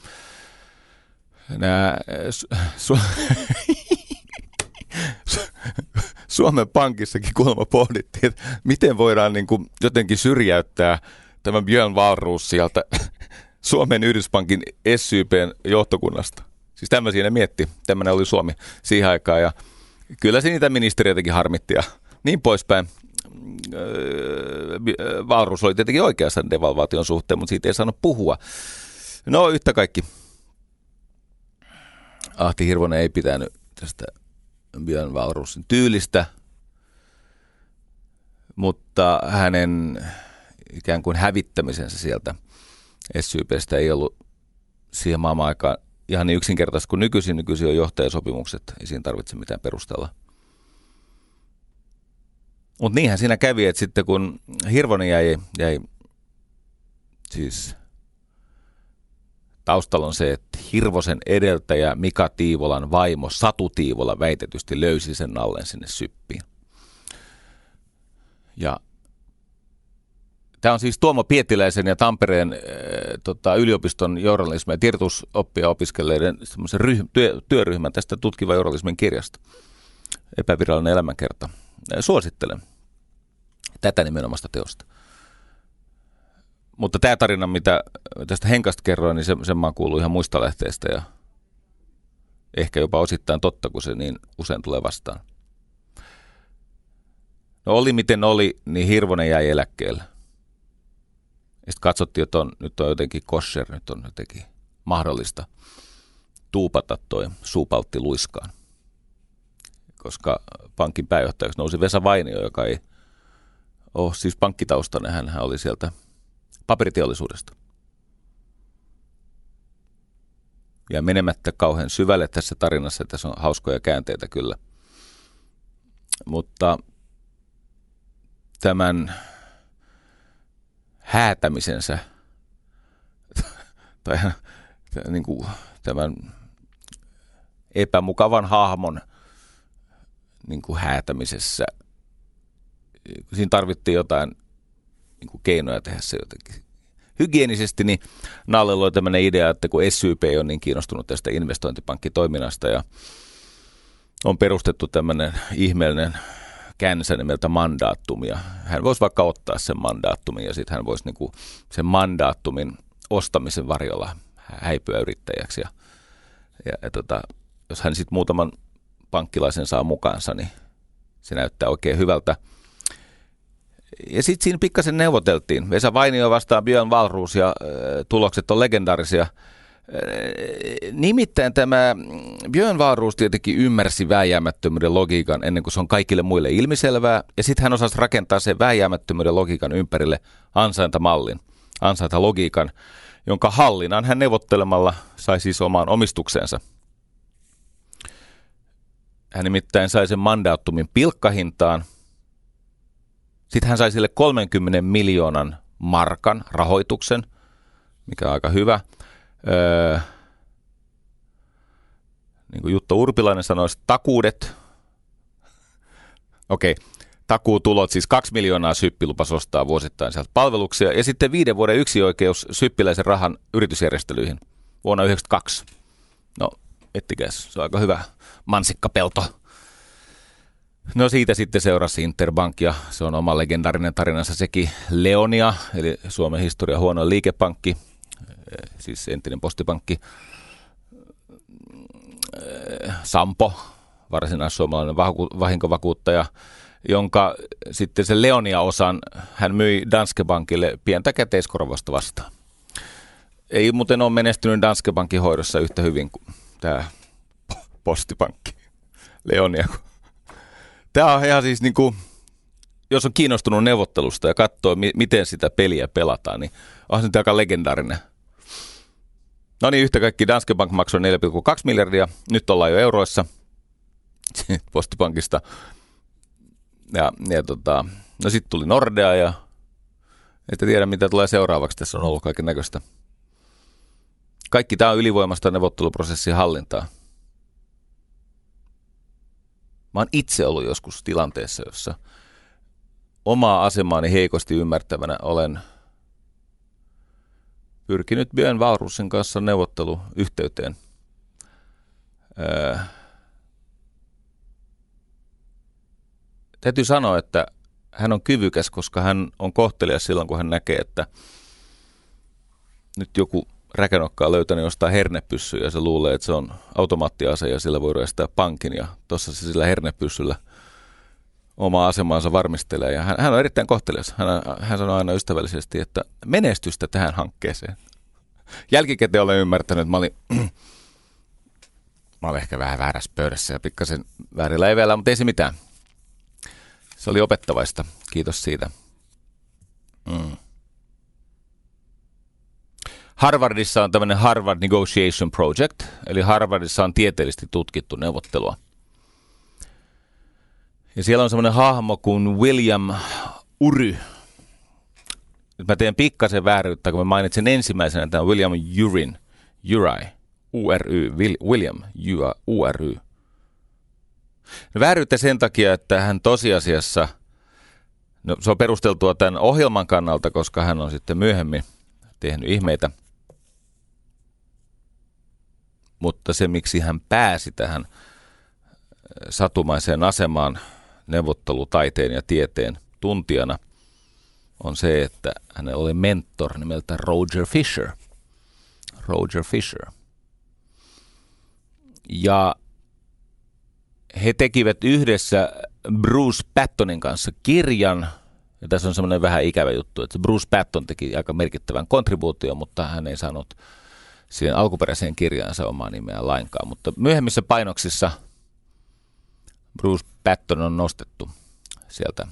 Suomen Pankissakin kuulemma pohdittiin, että miten voidaan niin kuin jotenkin syrjäyttää tämän Björn Wahlroos sieltä Suomen Yhdyspankin SYP:n johtokunnasta. Siis tämmöisiä ne mietti. Tämmöinen oli Suomi siihen aikaan ja kyllä se niitä ministeriöitäkin harmitti ja niin poispäin. Wahlroos oli tietenkin oikeassa devalvaation suhteen, mutta siitä ei saanut puhua. No yhtä kaikki. Ahti Hirvonen ei pitänyt tästä Björn Wahlroosin tyylistä, mutta hänen ikään kuin hävittämisensä sieltä SYP:stä ei ollut siihen maailman aikaan ihan niin yksinkertaisesti kuin nykyisin on johtajasopimukset, ei siinä tarvitse mitään perustella. Mutta niinhän siinä kävi, että sitten kun Hirvonen jäi siis taustalla on se, että Hirvosen edeltäjä Mika Tiivolan vaimo Satu Tiivola väitetysti löysi sen Nallen sinne syppiin. Ja tämä on siis Tuomo Pietiläisen ja Tampereen yliopiston journalismin ja tiedotusoppia opiskelleiden työryhmän tästä tutkivan journalismin kirjasta. Epävirallinen elämänkerta. Suosittelen tätä nimenomaista teosta. Mutta tämä tarina, mitä tästä Henkasta kerroin, niin sen mä kuuluu ihan muista lähteistä ja ehkä jopa osittain totta, kun se niin usein tulee vastaan. No oli miten oli, niin Hirvonen jäi eläkkeelle. Ja sitten katsottiin, että nyt on jotenkin kosher, nyt on jotenkin mahdollista tuupata toi suupaltti luiskaan. Koska pankin pääjohtajaksi nousi Vesa Vainio, joka ei ole siis pankkitaustainen, hän oli sieltä paperiteollisuudesta. Ja menemättä kauhean syvälle tässä tarinassa, tässä on hauskoja käänteitä kyllä. Mutta tämän häätämisensä tai niin kuin tämän epämukavan hahmon niin kuin häätämisessä, siinä tarvittiin jotain niin kuin keinoja tehdä se jotenkin hygienisesti, niin Nallella oli tämmöinen idea, että kun SYP on niin kiinnostunut tästä investointipankkitoiminnasta ja on perustettu tämmöinen ihmeellinen känsä nimeltä Mandaattum, ja hän voisi vaikka ottaa sen Mandaattumin ja sitten hän voisi niinku sen Mandaattumin ostamisen varjolla häipyä yrittäjäksi. Jos hän sitten muutaman pankkilaisen saa mukaansa, niin se näyttää oikein hyvältä. Ja sitten siinä pikkasen neuvoteltiin. Vesa Vainio vastaan Björn Wahlroos ja tulokset on legendaarisia. Nimittäin tämä Björn Wahlroos tietenkin ymmärsi vääjäämättömyyden logiikan ennen kuin se on kaikille muille ilmiselvää. Ja sitten hän osasi rakentaa sen vääjäämättömyyden logiikan ympärille ansaintamallin, ansaintalogiikan, jonka hallinnan hän neuvottelemalla sai siis omaan omistuksensa. Hän nimittäin sai sen mandaattumin pilkkahintaan. Sitten hän sai sille 30 miljoonan markan rahoituksen, mikä on aika hyvä. Niin kuin Jutta Urpilainen sanoi, takuudet. Takuutulot, siis 2 miljoonaa Syppi lupasi ostaa vuosittain sieltä palveluksia. Ja sitten 5 vuoden yksioikeus Syppiläisen rahan yritysjärjestelyihin vuonna 1992. No, ettikäs, se on aika hyvä mansikkapelto. No siitä sitten seurasi Interbank ja se on oma legendaarinen tarinansa sekin. Leonia, eli Suomen historian huonoin liikepankki, siis entinen postipankki. Sampo, varsinais-suomalainen vahinkovakuuttaja, jonka sitten sen Leonia-osan hän myi Danske Bankille pientä käteiskorvausta vastaan. Ei muuten ole menestynyt Danske Bankin hoidossa yhtä hyvin kuin tämä postipankki Leonia. Tämä on ihan siis niin kuin, jos on kiinnostunut neuvottelusta ja katsoo, miten sitä peliä pelataan, niin on se nyt aika legendaarinen. No niin, yhtä kaikki Danske Bank maksoi 4,2 miljardia, nyt ollaan jo euroissa postipankista. No sitten tuli Nordea ja ette tiedä mitä tulee seuraavaksi, tässä on ollut kaiken näköistä. Kaikki tämä on ylivoimasta neuvotteluprosessin hallintaa. Mä oon itse ollut joskus tilanteessa, jossa omaa asemaani heikosti ymmärtävänä olen pyrkinyt Björn Wahlroosin kanssa neuvotteluyhteyteen. Täytyy sanoa, että hän on kyvykäs, koska hän on kohtelias silloin, kun hän näkee, että nyt joku räkänokka on löytänyt jostain hernepyssyä ja se luulee, että se on automaattiase ja sillä voi ryöstää pankin ja tuossa se sillä hernepyssyllä omaa asemaansa varmistelee. Ja hän on erittäin kohtelias. Hän sanoo aina ystävällisesti, että menestystä tähän hankkeeseen. Jälkikäteen olen ymmärtänyt, että mä olin ehkä vähän väärässä pöydässä ja pikkasen väärillä eveillä, mutta ei se mitään. Se oli opettavaista. Kiitos siitä. Harvardissa on tämmöinen Harvard Negotiation Project, eli Harvardissa on tieteellisesti tutkittu neuvottelua. Ja siellä on semmoinen hahmo kuin William Ury. Nyt mä teen pikkasen vääryyttä, kun mä mainitsin ensimmäisenä tämän William Ury, William Ury. Vääryyttä sen takia, että hän tosiasiassa, no se on perusteltua tämän ohjelman kannalta, koska hän on sitten myöhemmin tehnyt ihmeitä. Mutta se, miksi hän pääsi tähän satumaiseen asemaan neuvottelutaiteen ja tieteen tuntijana, on se, että hänellä oli mentor nimeltä Roger Fisher. Ja he tekivät yhdessä Bruce Pattonin kanssa kirjan, ja tässä on semmoinen vähän ikävä juttu, että Bruce Patton teki aika merkittävän kontribuution, mutta hän ei saanut siihen alkuperäiseen kirjaansa omaa nimeään lainkaan. Mutta myöhemmissä painoksissa Bruce Patton on nostettu sieltä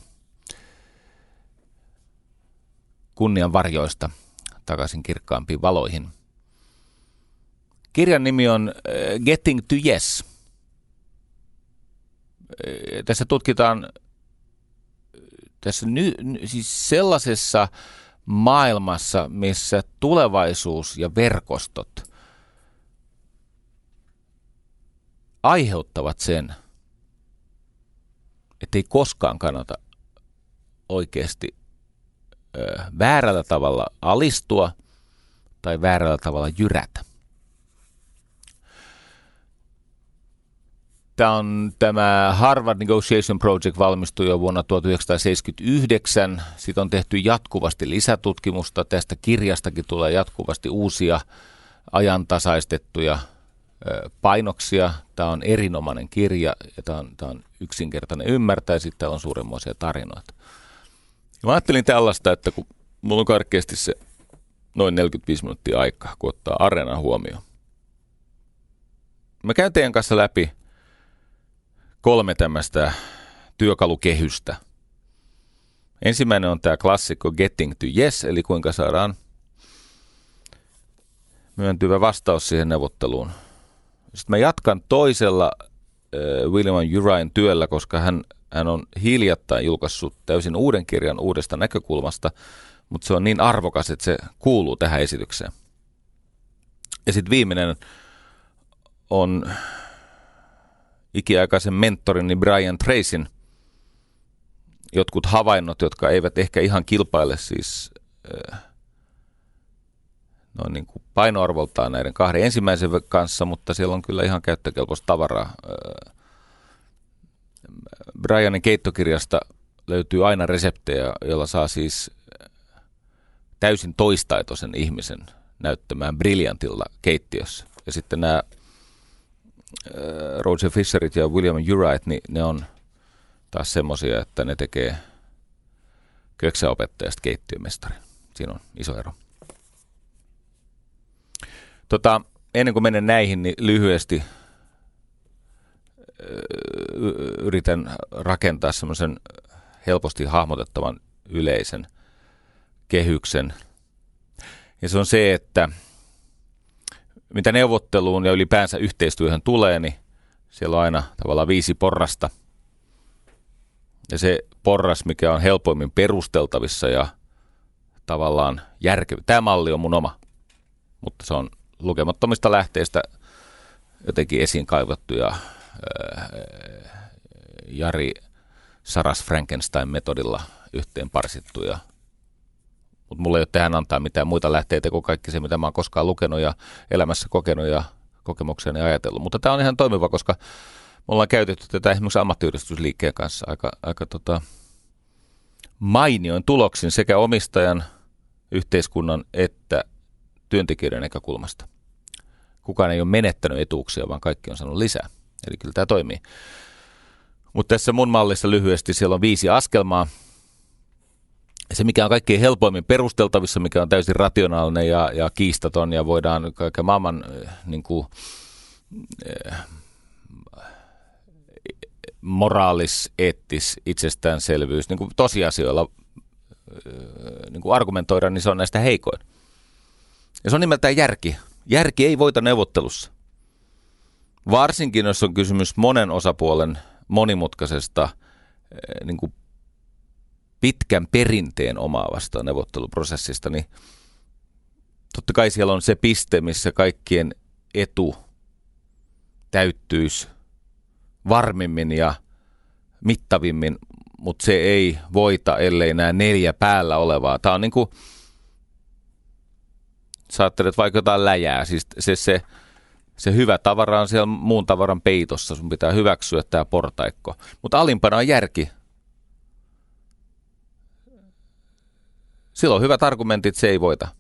kunnian varjoista takaisin kirkkaampiin valoihin. Kirjan nimi on Getting to Yes. Tässä tutkitaan siis sellaisessa maailmassa, missä tulevaisuus ja verkostot aiheuttavat sen, ettei koskaan kannata oikeasti väärällä tavalla alistua tai väärällä tavalla jyrätä. Tämä Harvard Negotiation Project valmistui jo vuonna 1979. Siitä on tehty jatkuvasti lisätutkimusta. Tästä kirjastakin tulee jatkuvasti uusia ajantasaistettuja painoksia. Tämä on erinomainen kirja ja tämä on yksinkertainen ymmärtää ja sitten on suuremmoisia tarinoita. Ja mä ajattelin tällaista, että kun mulla on karkeasti se noin 45 minuuttia aikaa, kun ottaa Areenan huomioon. Mä käyn teidän kanssa läpi 3 tämmöistä työkalukehystä. Ensimmäinen on tämä klassikko Getting to Yes, eli kuinka saadaan myöntyvä vastaus siihen neuvotteluun. Sitten mä jatkan toisella William Urian työllä, koska hän on hiljattain julkaissut täysin uuden kirjan uudesta näkökulmasta, mutta se on niin arvokas, että se kuuluu tähän esitykseen. Ja sitten viimeinen on ikiaikaisen mentorini Brian Tracyn jotkut havainnot, jotka eivät ehkä ihan kilpaile siis noin niin kuin painoarvoltaan näiden 2 ensimmäisen kanssa, mutta siellä on kyllä ihan käyttökelpoista tavaraa. Brianin keittokirjasta löytyy aina reseptejä, joilla saa siis täysin toistaitoisen ihmisen näyttämään briljantilla keittiössä. Ja sitten nämä Roger Fisherit ja William Uright, niin ne on taas semmoisia, että ne tekee köksäopettajasta keittiömestarin. Siinä on iso ero. Ennen kuin menen näihin, niin lyhyesti yritän rakentaa semmoisen helposti hahmotettavan yleisen kehyksen. Ja se on se, että mitä neuvotteluun ja ylipäänsä yhteistyöhön tulee, niin siellä on aina tavallaan 5 porrasta. Ja se porras, mikä on helpoimmin perusteltavissa ja tavallaan järkevä. Tämä malli on mun oma, mutta se on lukemattomista lähteistä jotenkin esiin kaivattuja Jari Saras Frankenstein-metodilla yhteen parsittuja. Mutta mulla ei ole tähän antaa mitään muita lähteitä kuin kaikki se, mitä mä oon koskaan lukenut ja elämässä kokenut ja kokemukseni ajatellut. Mutta tämä on ihan toimiva, koska me ollaan käytetty tätä esimerkiksi ammattiyhdistysliikkeen kanssa aika mainioin tuloksin sekä omistajan, yhteiskunnan että työntekijöiden näkökulmasta. Kukaan ei ole menettänyt etuuksia, vaan kaikki on saanut lisää. Eli kyllä tämä toimii. Mutta tässä mun mallissa lyhyesti siellä on 5 askelmaa. Se, mikä on kaikkein helpoimmin perusteltavissa, mikä on täysin rationaalinen ja kiistaton ja voidaan kaiken maailman niin kuin, moraalis, eettis, itsestäänselvyys, niin kuin tosiasioilla niin kuin argumentoida, niin se on näistä heikoin. Ja se on nimeltään järki. Järki ei voita neuvottelussa. Varsinkin, jos on kysymys monen osapuolen monimutkaisesta niin kuin pitkän perinteen omaavasta neuvotteluprosessista, niin totta kai siellä on se piste, missä kaikkien etu täyttyisi varmimmin ja mittavimmin, mutta se ei voita, ellei nämä 4 päällä olevaa. Tämä on niin kuin, sä ajattelet vaikka jotain läjää, siis se hyvä tavara on siellä muun tavaran peitossa, sun pitää hyväksyä tämä portaikko. Mutta alimpana on järki. Silloin hyvät argumentit, se ei voita.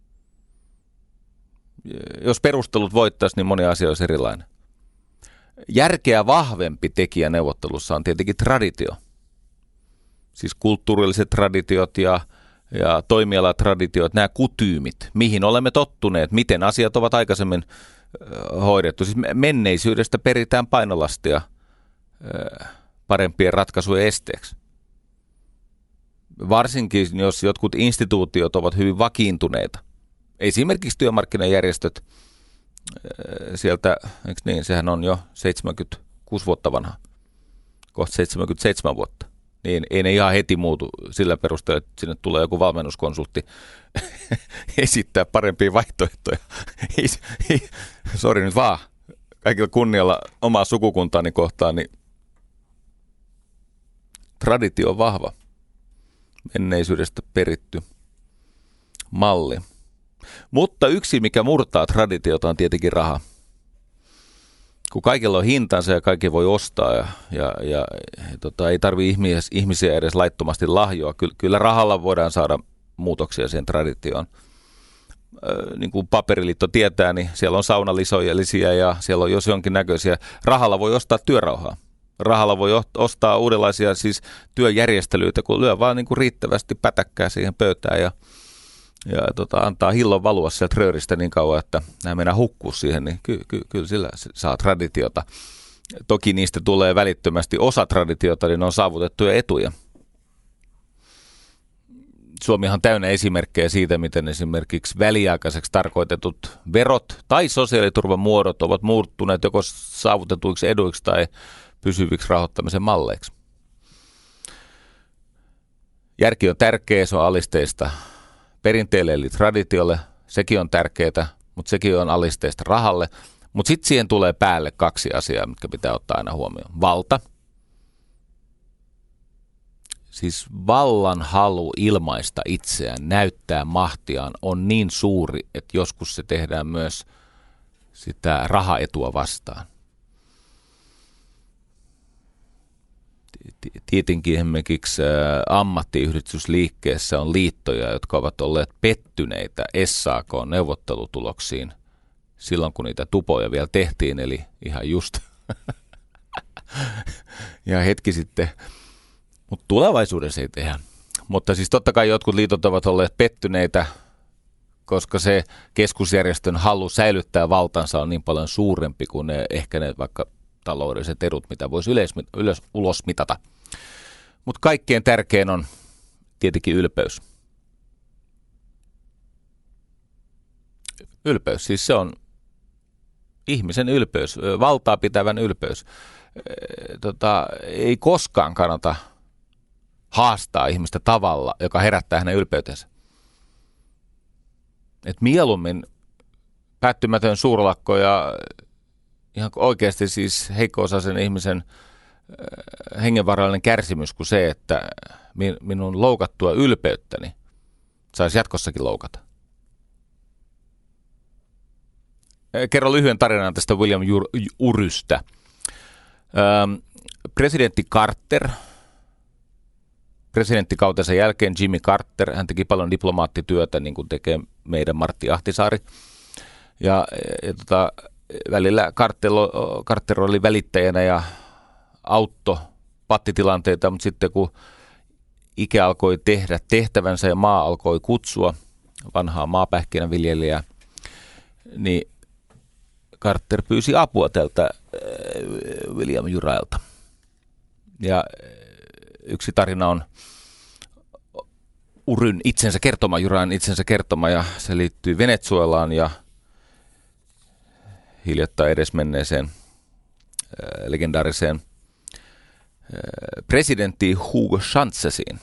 Jos perustelut voittaisi, niin moni asia olisi erilainen. Järkeä vahvempi tekijä neuvottelussa on tietenkin traditio. Siis kulttuurilliset traditiot ja toimialatraditiot, nämä kutyymit, mihin olemme tottuneet, miten asiat ovat aikaisemmin hoidettu. Siis menneisyydestä peritään painolastia parempien ratkaisujen esteeksi. Varsinkin, jos jotkut instituutiot ovat hyvin vakiintuneita. Esimerkiksi työmarkkinajärjestöt sieltä, eikö niin, sehän on jo 76 vuotta vanha, kohta 77 vuotta. Niin ei ne ihan heti muutu sillä perusteella, että sinne tulee joku valmennuskonsultti esittää parempia vaihtoehtoja. Sori nyt vaan, kaikilla kunnialla omaa sukukuntaani kohtaan, niin traditio on vahva, menneisyydestä peritty malli. Mutta yksi, mikä murtaa traditiota, on tietenkin raha. Kun kaikilla on hintansa ja kaikki voi ostaa ja ei tarvitse ihmisiä edes laittomasti lahjoa. Kyllä rahalla voidaan saada muutoksia siihen traditioon. niin kuin Paperiliitto tietää, niin siellä on saunalisoillisia ja siellä on jos jonkinnäköisiä. Rahalla voi ostaa työrauhaa. Rahalla voi ostaa uudenlaisia siis työjärjestelyitä, kun lyö vaan niin kuin riittävästi pätäkkää siihen pöytään ja antaa hillon valua sieltä rööristä niin kauan, että nämä mennään hukkuu siihen, niin kyllä sillä saa traditiota. Toki niistä tulee välittömästi osa traditiota, niin ne on saavutettuja etuja. Suomihan on täynnä esimerkkejä siitä, miten esimerkiksi väliaikaiseksi tarkoitetut verot tai sosiaaliturvan muodot ovat muuttuneet joko saavutetuiksi eduiksi tai pysyviksi rahoittamisen malleiksi. Järki on tärkeä, se on alisteista perinteelle eli traditiolle, sekin on tärkeää, mutta sekin on alisteista rahalle. Mutta sitten siihen tulee päälle kaksi asiaa, mitkä pitää ottaa aina huomioon. Valta. Siis vallan halu ilmaista itseään, näyttää mahtiaan on niin suuri, että joskus se tehdään myös sitä rahaetua vastaan. Tietenkin esimerkiksi ammattiyhdistysliikkeessä on liittoja, jotka ovat olleet pettyneitä SAK-neuvottelutuloksiin silloin, kun niitä tupoja vielä tehtiin, eli ihan just ja hetki sitten. Mutta tulevaisuudessa ei tehdä. Mutta siis totta kai jotkut liitot ovat olleet pettyneitä, koska se keskusjärjestön halu säilyttää valtansa on niin paljon suurempi kuin ehkä ne vaikka taloudelliset edut, mitä voisi ulos mitata. Mutta kaikkein tärkein on tietenkin ylpeys. Ylpeys, siis se on ihmisen ylpeys, valtaa pitävän ylpeys. Ei koskaan kannata haastaa ihmistä tavalla, joka herättää hänen ylpeytensä. Et mieluummin päättymätön suurlakko ja ihan oikeasti siis heikko-osaisen ihmisen hengenvaarallinen kärsimys kuin se, että minun loukattua ylpeyttäni saisi jatkossakin loukata. Kerron lyhyen tarinan tästä William Urystä. Presidentti Carter, presidenttikautensa jälkeen Jimmy Carter, hän teki paljon diplomaattityötä, niin kuin tekee meidän Martti Ahtisaari. Ja välillä Carter oli välittäjänä ja auttoi pattitilanteita, mutta sitten kun ikä alkoi tehdä tehtävänsä ja maa alkoi kutsua vanhaa maapähkinänviljelijää, niin Carter pyysi apua tältä William Urailta. Ja yksi tarina on Uryn itsensä kertoma, Urain itsensä kertoma, ja se liittyy Venezuelaan ja hiljattain edesmenneeseen legendaariseen presidenttiin Hugo Chávezin.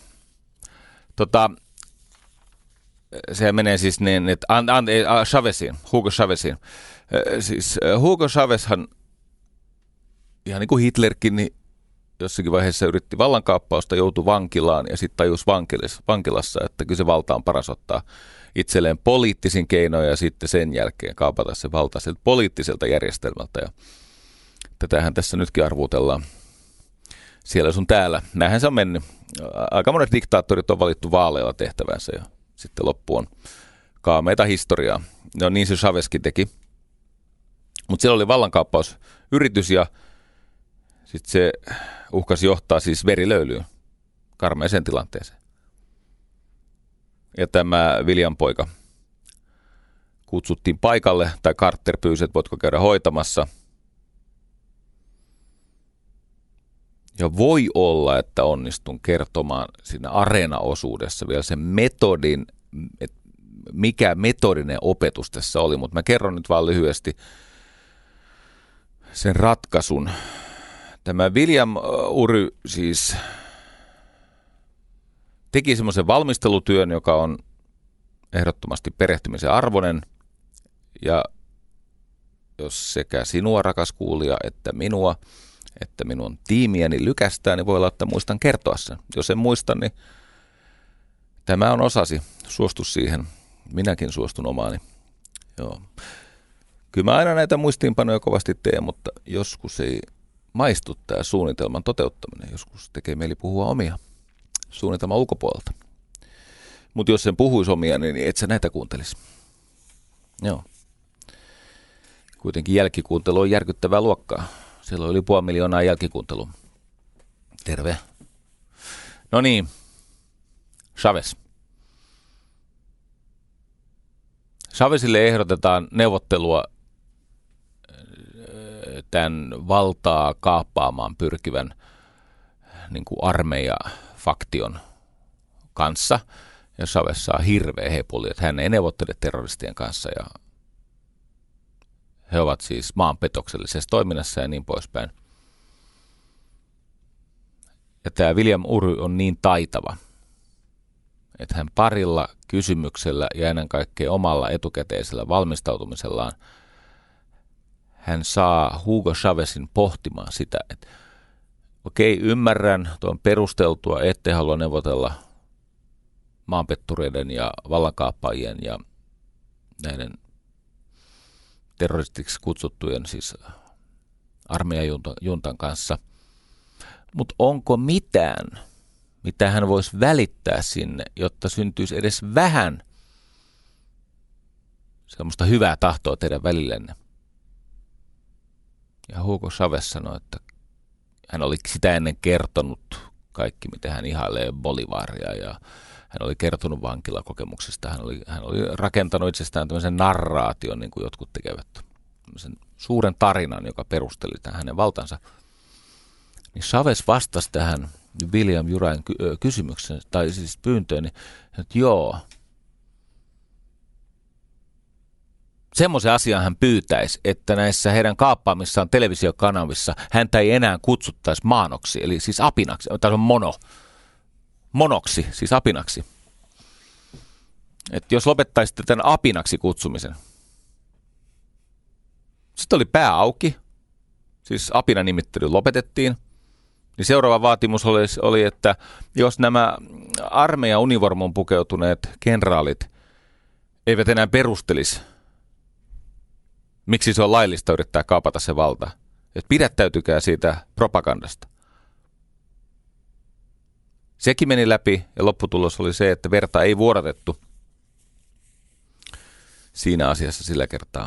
Se menee siis niin, että Hugo Chávezin. Siis Hugo Chávezhan, ihan niin kuin Hitlerkin, niin jossakin vaiheessa yritti vallankaappausta, joutui vankilaan ja sitten tajusi vankilassa, että kyllä se valta on paras ottaa itselleen poliittisin keinoin ja sitten sen jälkeen kaapata se valta sieltä poliittiselta järjestelmältä. Ja tätähän tässä nytkin arvuutellaan siellä sun täällä. Näinhän se on mennyt. Aika monet diktaattorit on valittu vaaleilla tehtävänsä ja sitten loppu on kaameita historiaa. No niin se Chávezkin teki. Mutta siellä oli vallankaappausyritys ja sitten se uhkasi johtaa siis verilöylyyn, karmeeseen tilanteeseen. Ja tämä William poika kutsuttiin paikalle, tai Carter pyysi, että voitko käydä hoitamassa. Ja voi olla, että onnistun kertomaan siinä areenaosuudessa vielä sen metodin, että mikä metodinen opetus tässä oli, mutta mä kerron nyt vaan lyhyesti sen ratkaisun. Tämä William Ury siis teki semmoisen valmistelutyön, joka on ehdottomasti perehtymisen arvoinen. Ja jos sekä sinua, rakas kuulija, että minua, että minun tiimiäni lykästää, niin voi olla, että muistan kertoa sen. Jos en muista, niin tämä on osasi. Suostu siihen. Minäkin suostun omaani. Joo. Kyllä mä aina näitä muistiinpanoja kovasti teen, mutta joskus ei maistu tämä suunnitelman toteuttaminen. Joskus tekee mieli puhua omia suunnitelman ulkopuolelta. Mutta jos sen puhuisi omia, niin et sä näitä kuuntelisi. Joo. Kuitenkin jälkikuuntelu on järkyttävää luokkaa. Siellä oli yli 500 000 jälkikuuntelua. Terve. No niin, Chavez. Chavezille ehdotetaan neuvottelua tämän valtaa kaappaamaan pyrkivän niin kuin armeijafaktion kanssa. Ja Chavez saa hirveä hepuli, että hän ei neuvottele terroristien kanssa ja he ovat siis maanpetoksellisessa toiminnassa ja niin poispäin. Ja tämä William Ury on niin taitava, että hän parilla kysymyksellä ja ennen kaikkea omalla etukäteisellä valmistautumisellaan hän saa Hugo Chávezin pohtimaan sitä, että okei, ymmärrän, tuo on perusteltua, ette halua neuvotella maanpettureiden ja vallankaappaajien ja näiden terroristiksi kutsuttujen siis armeijajuntan kanssa. Mutta onko mitään, mitä hän voisi välittää sinne, jotta syntyisi edes vähän semmoista hyvää tahtoa teidän välillenne? Ja Hugo Chávez sanoi, että hän oli sitä ennen kertonut kaikki, miten hän ihailee Bolivaria ja hän oli kertonut vankilakokemuksesta. Hän oli rakentanut itsestään tämmöisen narraation, niin kuin jotkut tekevät. Tämmöisen suuren tarinan, joka perusteli tämän hänen valtansa. Niin Chávez vastasi tähän William Urayn kysymykseen, tai siis pyyntöön, että joo, semmoisen asian hän pyytäisi, että näissä heidän kaappaamissaan televisiokanavissa häntä ei enää kutsuttaisi maanoksi, eli siis apinaksi, tai on monoksi, siis apinaksi. Että jos lopettaisitte tämän apinaksi kutsumisen. Sitten oli pää auki, siis apinan nimittely lopetettiin. Niin seuraava vaatimus oli, että jos nämä armeijan univormuun pukeutuneet kenraalit eivät enää perustelisi, miksi se on laillista yrittää kaapata se valta. Että pidättäytykää siitä propagandasta. Sekin meni läpi ja lopputulos oli se, että verta ei vuodatettu siinä asiassa sillä kertaa.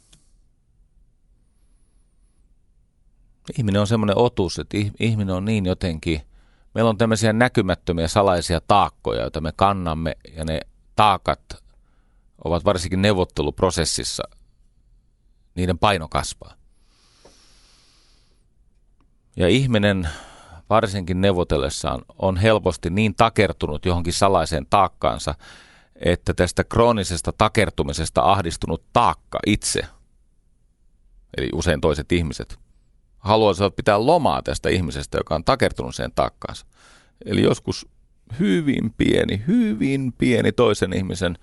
Ihminen on semmoinen otus, että ihminen on niin jotenkin, meillä on tämmöisiä näkymättömiä salaisia taakkoja, joita me kannamme ja ne taakat ovat varsinkin neuvotteluprosessissa, niiden paino kasvaa. Ja ihminen varsinkin neuvotellessaan on helposti niin takertunut johonkin salaiseen taakkaansa, että tästä kroonisesta takertumisesta ahdistunut taakka itse, eli usein toiset ihmiset, haluaisivat pitää lomaa tästä ihmisestä, joka on takertunut sen taakkaansa. Eli joskus hyvin pieni toisen ihmisen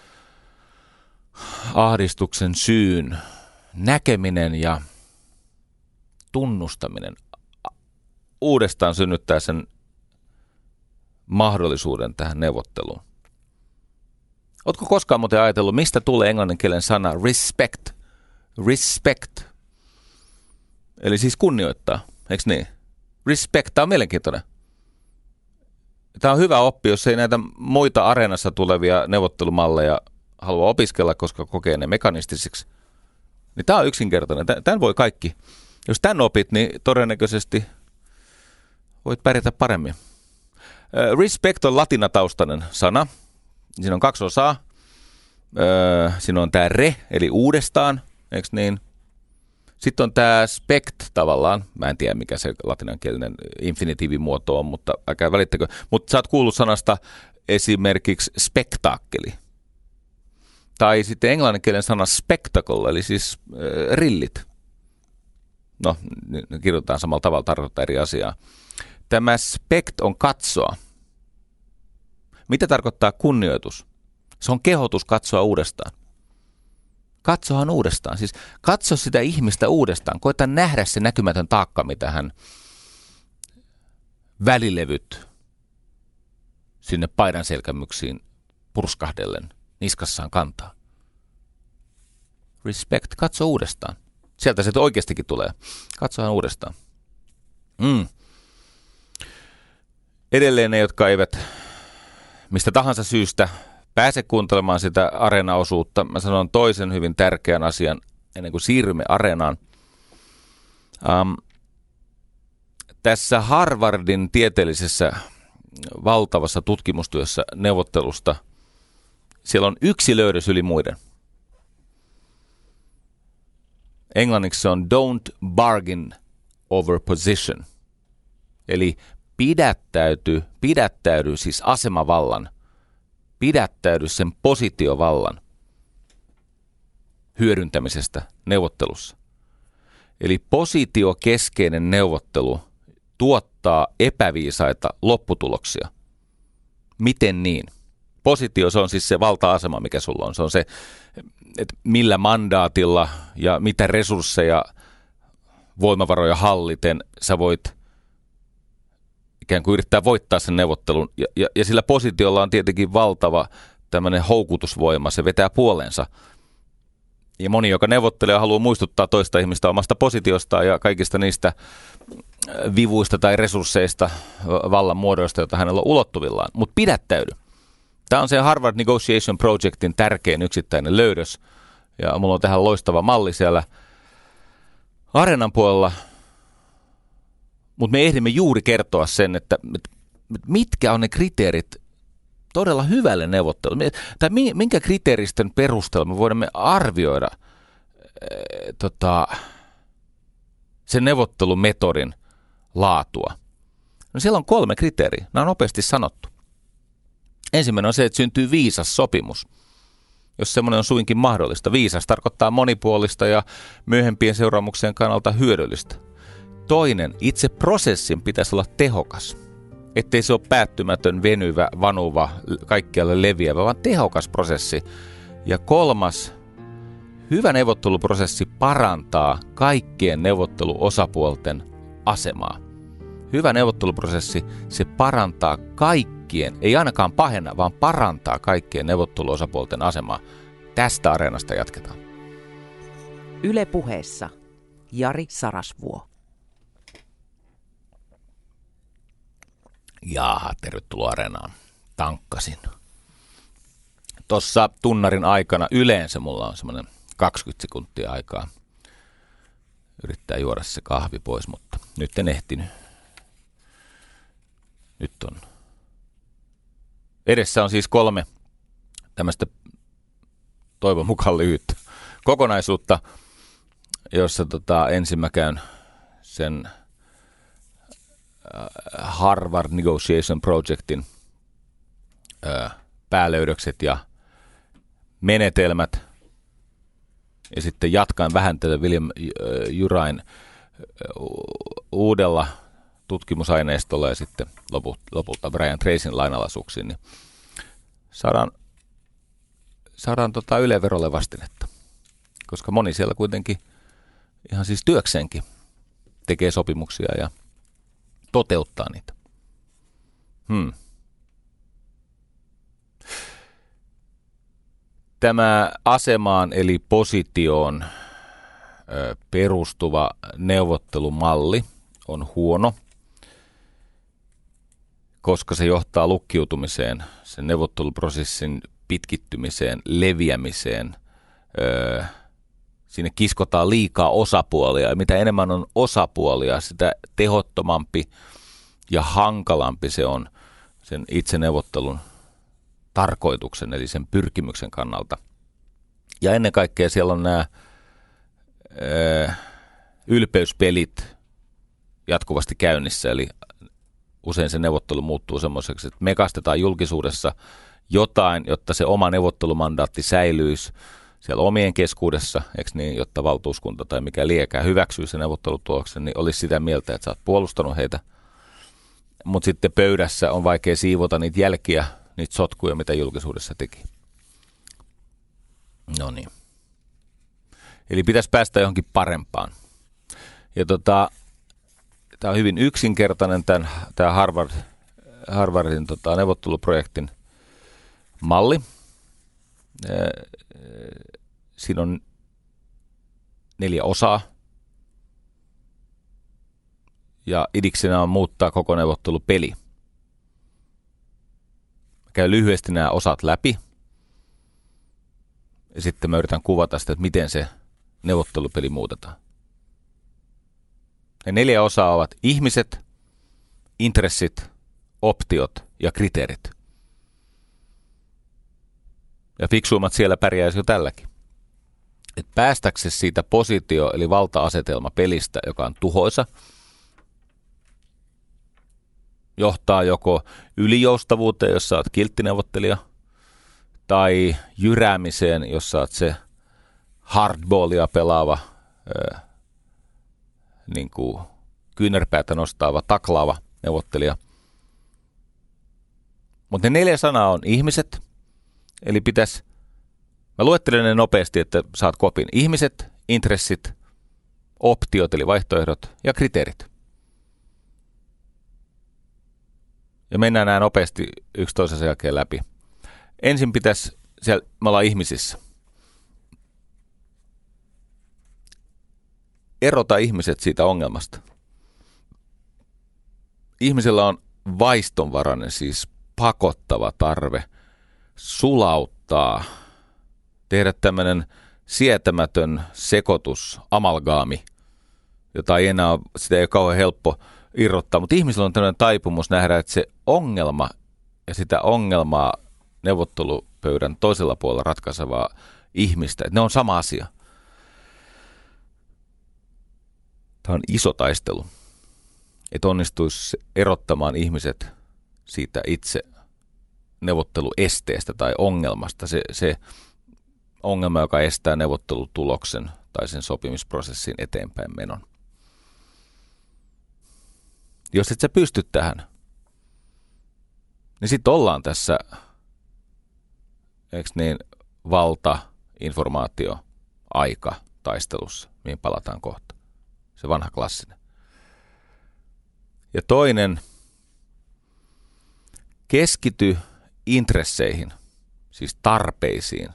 ahdistuksen syyn näkeminen ja tunnustaminen uudestaan synnyttää sen mahdollisuuden tähän neuvotteluun. Ootko koskaan muuten ajatellut, mistä tulee englanninkielen sana respect? Respect. Eli siis kunnioittaa, eikö niin? Respect, tämä on mielenkiintoinen. Tämä on hyvä oppi, jos ei näitä muita areenassa tulevia neuvottelumalleja halua opiskella, koska kokee ne mekanistisiksi. Niin tämä on yksinkertainen. Tämän voi kaikki. Jos tämän opit, niin todennäköisesti voit pärjätä paremmin. Respect on latinataustainen sana. Siinä on 2 osaa. Siinä on tämä re, eli uudestaan, eikö niin? Sitten on tämä spect tavallaan. Mä en tiedä, mikä se latinankielinen infinitiivimuoto on, mutta älkää välittäkö. Mutta sä oot kuullut sanasta esimerkiksi spektaakkeli. Tai sitten englanninkielinen sana spectacle, eli siis rillit. No, ne kirjoitetaan samalla tavalla, tarkoittaa eri asiaa. Tämä spect on katsoa. Mitä tarkoittaa kunnioitus? Se on kehotus katsoa uudestaan. Katsohan uudestaan. Siis katso sitä ihmistä uudestaan. Koeta nähdä se näkymätön taakka, mitä hän välilevyt sinne paidan selkämyksiin purskahdellen niskassaan kantaa. Respect. Katso uudestaan. Sieltä se oikeastikin tulee. Katsohan uudestaan. Edelleen ne, jotka eivät mistä tahansa syystä pääse kuuntelemaan sitä Areena-osuutta, mä sanon toisen hyvin tärkeän asian ennen kuin siirrymme Areenaan. Tässä Harvardin tieteellisessä valtavassa tutkimustyössä neuvottelusta siellä on yksi löydös yli muiden. Englanniksi se on don't bargain over position. Eli pidättäydy siis asemavallan, pidättäydy sen positiovallan hyödyntämisestä neuvottelussa. Eli positiokeskeinen neuvottelu tuottaa epäviisaita lopputuloksia. Miten niin? Positio, se on siis se valta-asema, mikä sulla on. Se on se, että millä mandaatilla ja mitä resursseja, voimavaroja halliten sä voit ikään kuin yrittää voittaa sen neuvottelun. Ja sillä positiolla on tietenkin valtava tämmöinen houkutusvoima, se vetää puoleensa. Ja moni, joka neuvottelee, haluaa muistuttaa toista ihmistä omasta positiostaan ja kaikista niistä vivuista tai resursseista, vallan muodoista, joita hänellä on ulottuvillaan. Mutta pidättäydy. Tämä on se Harvard Negotiation Projectin tärkein yksittäinen löydös. Ja mulla on tähän loistava malli siellä Areenan puolella. Mutta me ehdimme juuri kertoa sen, että mitkä on ne kriteerit todella hyvälle neuvottelulle. Tai minkä kriteeristön perusteella me voimme arvioida sen neuvottelumetodin laatua. No siellä on 3 kriteeriä. Nämä on nopeasti sanottu. Ensimmäinen on se, että syntyy viisas sopimus, jos semmoinen on suinkin mahdollista. Viisas tarkoittaa monipuolista ja myöhempien seuraamuksien kannalta hyödyllistä. Toinen, itse prosessin pitäisi olla tehokas. Ettei se ole päättymätön, venyvä, vanuva, kaikkialle leviävä, vaan tehokas prosessi. Ja 3, hyvä neuvotteluprosessi parantaa kaikkien neuvotteluosapuolten asemaa. Hyvä neuvotteluprosessi, se parantaa kaikkien, ei ainakaan pahenna, vaan parantaa kaikkien neuvotteluosapuolten asemaa. Tästä Areenasta jatketaan. Yle Puheessa Jari Sarasvuo. Jaaha, tervetuloa Areenaan. Tankkasin. Tuossa tunnarin aikana yleensä mulla on semmoinen 20 sekuntia aikaa yrittää juoda se kahvi pois, mutta nyt en ehtinyt. Nyt on. Edessä on siis 3 tämmöistä toivon mukaan lyhyttä kokonaisuutta, jossa ensin mä käyn sen Harvard Negotiation Projectin päälöydökset ja menetelmät. Ja sitten jatkan vähän tätä William Jurain uudella tutkimusaineistolla ja sitten lopulta Brian Tracyn lainalaisuuksiin, niin saadaan Yle-verolle vastinetta. Koska moni siellä kuitenkin ihan siis työkseenkin tekee sopimuksia ja toteuttaa niitä. Tämä asemaan eli positioon perustuva neuvottelumalli on huono, koska se johtaa lukkiutumiseen, sen neuvotteluprosessin pitkittymiseen, leviämiseen. Sinne kiskotaan liikaa osapuolia, ja mitä enemmän on osapuolia, sitä tehottomampi ja hankalampi se on sen itse neuvottelun tarkoituksen, eli sen pyrkimyksen kannalta. Ja ennen kaikkea siellä on nämä ylpeyspelit jatkuvasti käynnissä, eli usein se neuvottelu muuttuu semmoiseksi, että me kastetaan julkisuudessa jotain, jotta se oma neuvottelumandaatti säilyisi siellä omien keskuudessa, eikö niin, jotta valtuuskunta tai mikä liekää hyväksyy sen neuvottelutuloksen, niin olisi sitä mieltä, että sä oot puolustanut heitä. Mutta sitten pöydässä on vaikea siivota niitä jälkiä, niitä sotkuja, mitä julkisuudessa teki. No niin. Eli pitäisi päästä johonkin parempaan. Ja tämä on hyvin yksinkertainen tämä Harvardin neuvotteluprojektin malli. Siinä on 4 osaa. Ja idiksenä on muuttaa koko neuvottelupeli. Käyn lyhyesti nämä osat läpi. Ja sitten mä yritän kuvata sitä, että miten se neuvottelupeli muutetaan. Ja 4 osaa ovat ihmiset, intressit, optiot ja kriteerit. Ja fiksuimmat siellä pärjäisi jo tälläkin. Että päästäksesi siitä positio- eli valta-asetelma pelistä, joka on tuhoisa, johtaa joko ylijoustavuuteen, jos sä oot kilttineuvottelija, tai jyräämiseen, jos sä oot se hardballia pelaava, niin kuin kyynärpäätä nostaava, taklaava neuvottelija. Mutta ne 4 sanaa on ihmiset, eli mä luettelen ne nopeasti, että saat kopin. Ihmiset, intressit, optiot, eli vaihtoehdot, ja kriteerit. Ja mennään nämä nopeasti yksi toisensa jälkeen läpi. Ensin me ollaan ihmisissä. Erota ihmiset siitä ongelmasta. Ihmisellä on vaistonvarainen, siis pakottava tarve sulauttaa, tehdä tämmöinen sietämätön sekoitus, amalgaami, jota ei enää, sitä ei ole kauhean helppo irrottaa. Mutta ihmisellä on tämmöinen taipumus nähdä, että se ongelma ja sitä ongelmaa neuvottelupöydän toisella puolella ratkaisevaa ihmistä, että ne on sama asia. Tämä on iso taistelu, että onnistuisi erottamaan ihmiset siitä itse neuvotteluesteestä tai ongelmasta. Se ongelma, joka estää neuvottelutuloksen tai sen sopimisprosessin eteenpäin menon. Jos et sä pysty tähän, niin sitten ollaan tässä, eikö niin, valta, informaatio, aika taistelussa, mihin palataan kohta. Se vanha klassinen. Ja toinen, keskity intresseihin, siis tarpeisiin,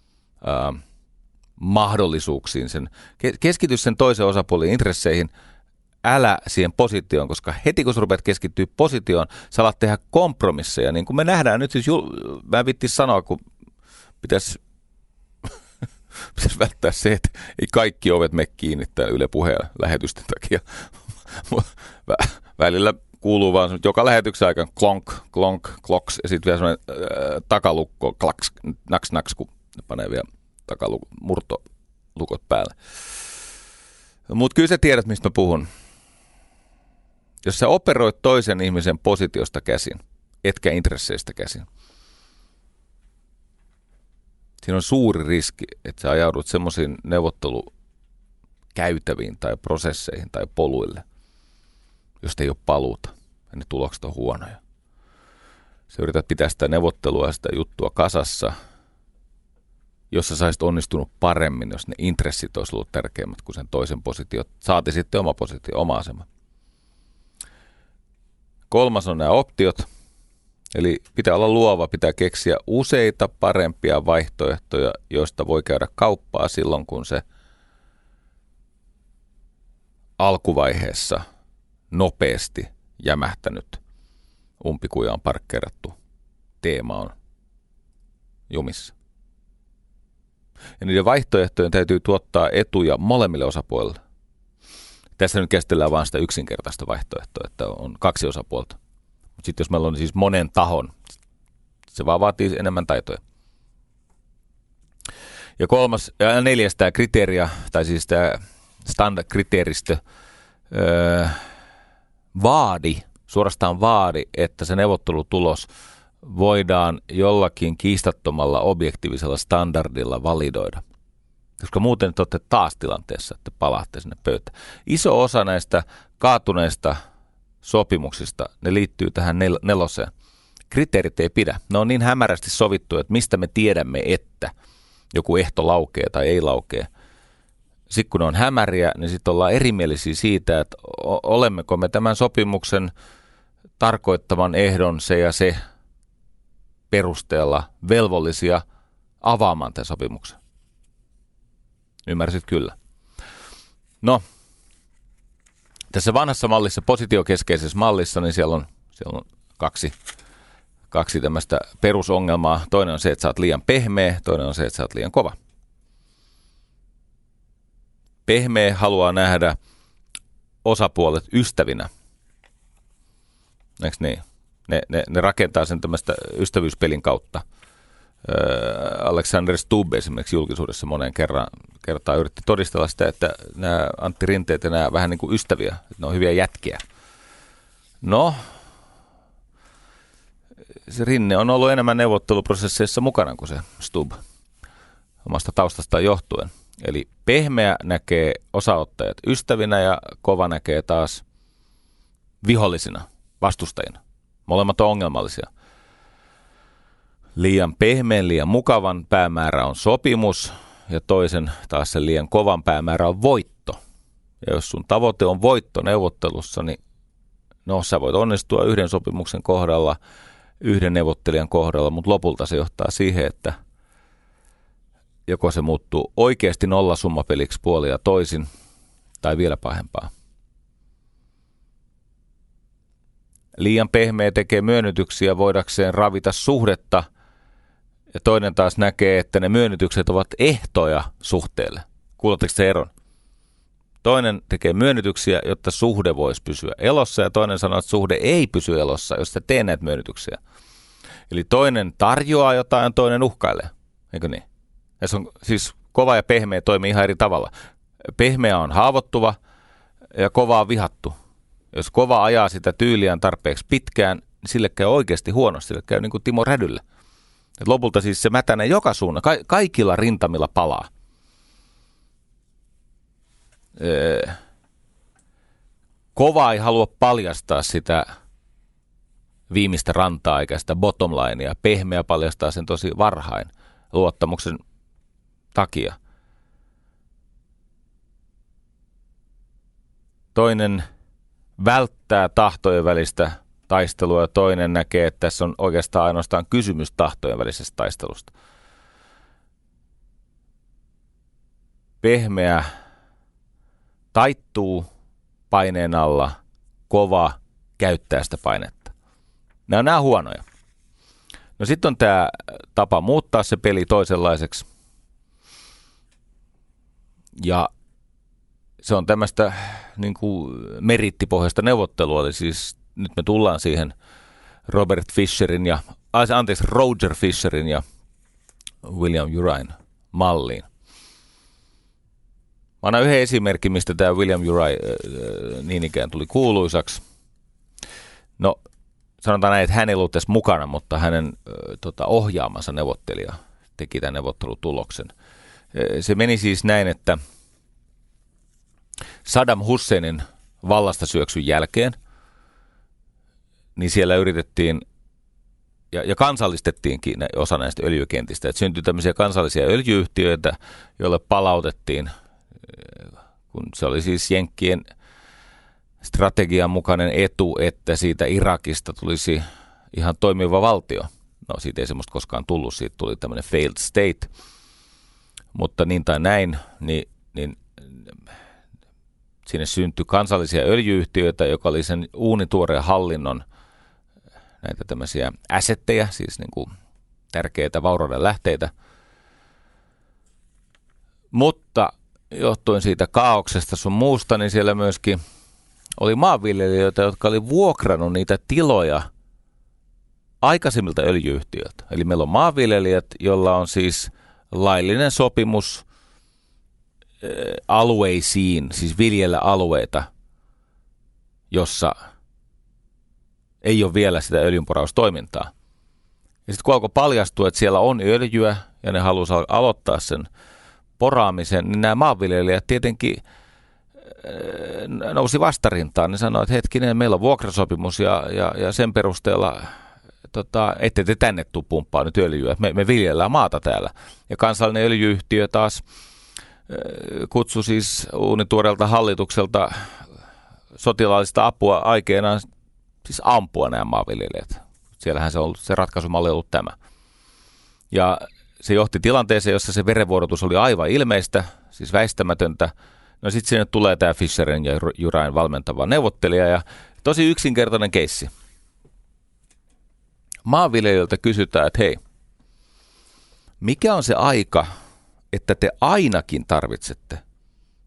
mahdollisuuksiin. Keskity sen toisen osapuolen intresseihin, älä siihen positioon, koska heti kun sä rupeat keskittyä positioon, sä alat tehdä kompromisseja. Niin kuin me nähdään nyt, siis mä en viittis sanoa, kun pitäisi välttää se, että ei kaikki ovet mene kiinni tämän Yle Puheen lähetysten takia. Välillä kuuluu vaan joka lähetyksen aikana klonk, klonk, kloks ja sitten vielä semmoinen takalukko, klaks, naks, naks, kun ne panee vielä murtolukot päälle. Mutta kyllä sä tiedät, mistä mä puhun. Jos sä operoit toisen ihmisen positiosta käsin, etkä intresseistä käsin, siinä on suuri riski, että sä ajaudut semmoisiin neuvottelukäytäviin tai prosesseihin tai poluille, josta ei ole paluuta ja ne tulokset on huonoja. Sä yrität pitää sitä neuvottelua ja sitä juttua kasassa, jossa sä olisit onnistunut paremmin, jos ne intressit olisi ollut tärkeimmät kuin sen toisen positio. Saati sitten oma positio, oma asema. 3. on nämä optiot. Eli pitää olla luova, pitää keksiä useita parempia vaihtoehtoja, joista voi käydä kauppaa silloin, kun se alkuvaiheessa nopeasti jämähtänyt umpikuja on parkkeerattu. Teema on jumissa. Ja niiden vaihtoehtojen täytyy tuottaa etuja molemmille osapuolille. Tässä nyt käsitellään vain sitä yksinkertaista vaihtoehtoa, että on 2 osapuolta. Mutta sitten jos meillä on siis monen tahon, se vaan vaatii enemmän taitoja. Ja 4. tämä kriteeria, tai siis tämä standard-kriteeristö, suorastaan vaadi, että se neuvottelutulos voidaan jollakin kiistattomalla objektiivisella standardilla validoida. Koska muuten te olette taas tilanteessa, että palaatte sinne pöytään. Iso osa näistä kaatuneista sopimuksista, ne liittyy tähän 4. Kriteerit ei pidä. Ne on niin hämärästi sovittu, että mistä me tiedämme, että joku ehto laukee tai ei laukee. Sitten kun ne on hämäriä, niin sitten ollaan erimielisiä siitä, että olemmeko me tämän sopimuksen tarkoittavan ehdon se ja se perusteella velvollisia avaamaan tämän sopimuksen. Ymmärsit kyllä. No, tässä vanhassa mallissa, positiokeskeisessä mallissa, niin siellä on kaksi tämmöistä perusongelmaa. Toinen on se, että sä oot liian pehmeä, toinen on se, että sä oot liian kova. Pehmeä haluaa nähdä osapuolet ystävinä. Eikö niin? Ne rakentaa sen tämmöistä ystävyyspelin kautta. Alexander Stubb esimerkiksi julkisuudessa monen kertaa yritti todistella sitä, että nämä Antti Rinteet ja nämä vähän niin kuin ystäviä, että ne on hyviä jätkiä. No, se Rinne on ollut enemmän neuvotteluprosesseissa mukana kuin se Stubb omasta taustastaan johtuen. Eli pehmeä näkee osaottajat ystävinä ja kova näkee taas vihollisina, vastustajina. Molemmat on ongelmallisia. Liian pehmeän, liian mukavan päämäärä on sopimus ja toisen taas sen liian kovan päämäärä on voitto. Ja jos sun tavoite on voitto neuvottelussa, niin no sä voit onnistua yhden sopimuksen kohdalla, yhden neuvottelijan kohdalla, mutta lopulta se johtaa siihen, että joko se muuttuu oikeasti nollasummapeliksi puolin ja toisin, tai vielä pahempaa. Liian pehmeä tekee myönnytyksiä voidakseen ravita suhdetta, ja toinen taas näkee, että ne myönnytykset ovat ehtoja suhteelle. Kuuletteko se eron? Toinen tekee myönnytyksiä, jotta suhde voisi pysyä elossa, ja toinen sanoo, että suhde ei pysy elossa, jos sä tee näitä myönnytyksiä. Eli toinen tarjoaa jotain, toinen uhkailee. Eikö niin? Ja se on siis kova ja pehmeä toimii ihan eri tavalla. Pehmeä on haavoittuva ja kova on vihattu. Jos kova ajaa sitä tyyliään tarpeeksi pitkään, niin sille käy oikeasti huonosti. Sille käy niin kuin Timo Rädylle. Et lopulta siis se mätänee joka suunnan. Kaikilla rintamilla palaa. Kova ei halua paljastaa sitä viimeistä rantaa eikä sitä bottom linea. Pehmeä paljastaa sen tosi varhain luottamuksen takia. Toinen välttää tahtojen välistä taistelua ja toinen näkee, että tässä on oikeastaan ainoastaan kysymys tahtojen välisestä taistelusta. Pehmeä taittuu paineen alla, kova käyttää sitä painetta. Nämä on huonoja. No sitten on tämä tapa muuttaa se peli toisenlaiseksi. Ja se on tämmöistä niin kuin merittipohjaista neuvottelua, eli siis nyt me tullaan siihen Roger Fisherin ja William Urain malliin. Mä annan yhden esimerkin, mistä tämä William Uray niin ikään tuli kuuluisaksi. No, sanotaan näin, että hän ei ollut edes mukana, mutta hänen ohjaamansa neuvottelija teki tämän neuvottelutuloksen. Se meni siis näin, että Saddam Husseinin vallasta syöksyn jälkeen, niin siellä yritettiin ja kansallistettiinkin osa näistä öljykentistä. Että syntyi tämmöisiä kansallisia öljyyhtiöitä, joille palautettiin, kun se oli siis Jenkkien strategian mukainen etu, että siitä Irakista tulisi ihan toimiva valtio. No siitä ei semmoista koskaan tullut, siitä tuli tämmöinen failed state, mutta niin tai näin, niin sinne syntyi kansallisia öljyyhtiöitä, joka oli sen uunituoreen hallinnon näitä tämmöisiä assetteja, siis niin kuin tärkeitä vaurauden lähteitä. Mutta johtuen siitä kaauksesta sun muusta, niin siellä myöskin oli maanviljelijöitä, jotka oli vuokrannut niitä tiloja aikaisemmilta öljyyhtiöiltä. Eli meillä on maanviljelijät, jolla on siis laillinen sopimus alueisiin, siis viljellä alueita, jossa ei ole vielä sitä öljynporaustoimintaa. Ja sitten kun alkoi paljastua, että siellä on öljyä ja ne halusivat aloittaa sen poraamisen, niin nämä maanviljelijät tietenkin nousi vastarintaan. Ne sanoi, että hetkinen, meillä on vuokrasopimus ja sen perusteella ette te tänne tule pumppaa nyt öljyä. Me viljellään maata täällä. Ja kansallinen öljyyhtiö taas kutsui siis uunituoreelta hallitukselta sotilaallista apua aikeenaan siis ampua nämä maanviljelijät. Siellähän se ratkaisumalli on ollut tämä. Ja se johti tilanteeseen, jossa se verenvuorotus oli aivan ilmeistä, siis väistämätöntä. No sitten sinne tulee tämä Fisherin ja Urain valmentava neuvottelija ja tosi yksinkertainen keissi. Maanviljelijöiltä kysytään, että hei, mikä on se aika, että te ainakin tarvitsette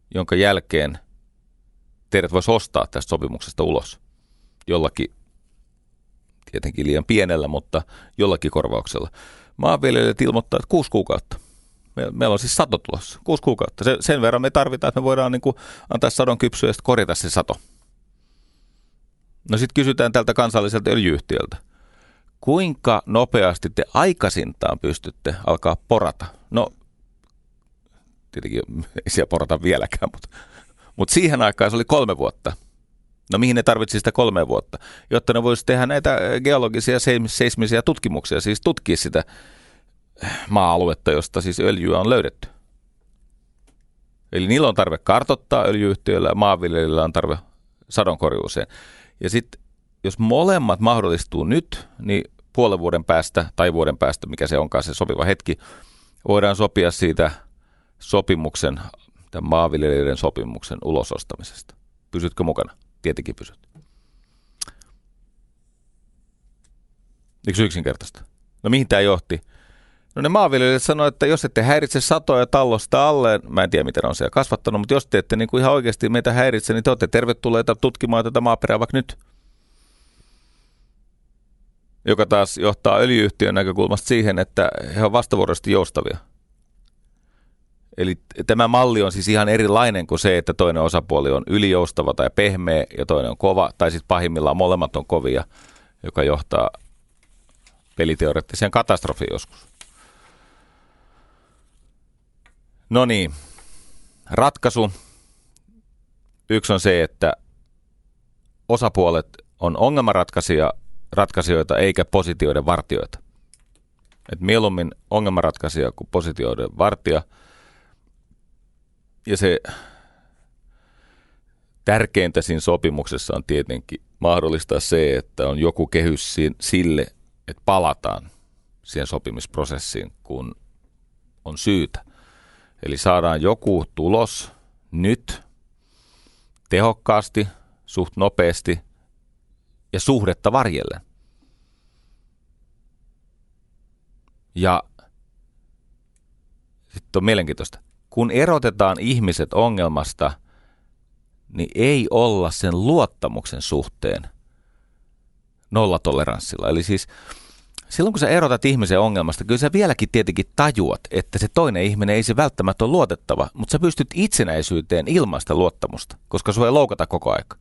jonka jälkeen teidät voisi ostaa tästä sopimuksesta ulos jollakin, tietenkin liian pienellä, mutta jollakin korvauksella. Maanviljelijät ilmoittaa, että 6 kuukautta. Meillä on siis sato tulossa, 6 kuukautta. Sen verran me tarvitaan, että me voidaan niin kuin antaa sadon kypsyä ja sitten korjata se sato. No sitten kysytään tältä kansalliselta öljy-yhtiöltä. Kuinka nopeasti te aikaisintaan pystytte alkaa porata? No, tietenkin ei siellä porata vieläkään, mutta siihen aikaan se oli 3 vuotta. No mihin ne tarvitsi sitä 3 vuotta? Jotta ne voisi tehdä näitä geologisia seismisiä tutkimuksia, siis tutkia sitä maa-aluetta, josta siis öljyä on löydetty. Eli niillä on tarve kartoittaa öljy-yhtiöillä ja maanviljelijöillä on tarve sadonkorjuuseen. Ja sitten jos molemmat mahdollistuu nyt, niin puolen vuoden päästä tai vuoden päästä, mikä se onkaan se sopiva hetki, voidaan sopia siitä sopimuksen, tämän maanviljelijöiden sopimuksen ulosostamisesta. Pysytkö mukana? Tietenkin pysyt. Eikö yksinkertaista? No mihin tämä johti? No ne maanviljelijät sanoivat, että jos ette häiritse satoja tallosta alle, mä en tiedä miten on siellä kasvattanut, mutta jos te ette niin kuin ihan oikeasti meitä häiritse, niin te olette tervetulleita tutkimaan tätä maaperää vaikka nyt. Joka taas johtaa öljy-yhtiön näkökulmasta siihen, että he ovat vastavuoroisesti joustavia. Eli tämä malli on siis ihan erilainen kuin se, että toinen osapuoli on ylijoustava tai pehmeä ja toinen on kova, tai sitten pahimmillaan molemmat on kovia, joka johtaa peliteoreettiseen katastrofiin joskus. No niin, ratkaisu. Yksi on se, että osapuolet on ongelmanratkaisijoita eikä positioiden vartijoita. Et mieluummin ongelmanratkaisija kuin positioiden vartija. Ja se tärkeintä siinä sopimuksessa on tietenkin mahdollistaa se, että on joku kehys sille, että palataan siihen sopimisprosessiin, kun on syytä. Eli saadaan joku tulos nyt tehokkaasti, suht nopeasti ja suhdetta varjellen. Ja sitten on mielenkiintoista. Kun erotetaan ihmiset ongelmasta, niin ei olla sen luottamuksen suhteen nollatoleranssilla. Eli siis silloin kun sä erotat ihmisen ongelmasta, kyllä sä vieläkin tietenkin tajuat, että se toinen ihminen ei se välttämättä ole luotettava, mutta sä pystyt itsenäisyyteen ilman sitä luottamusta, koska sua ei loukata koko aika.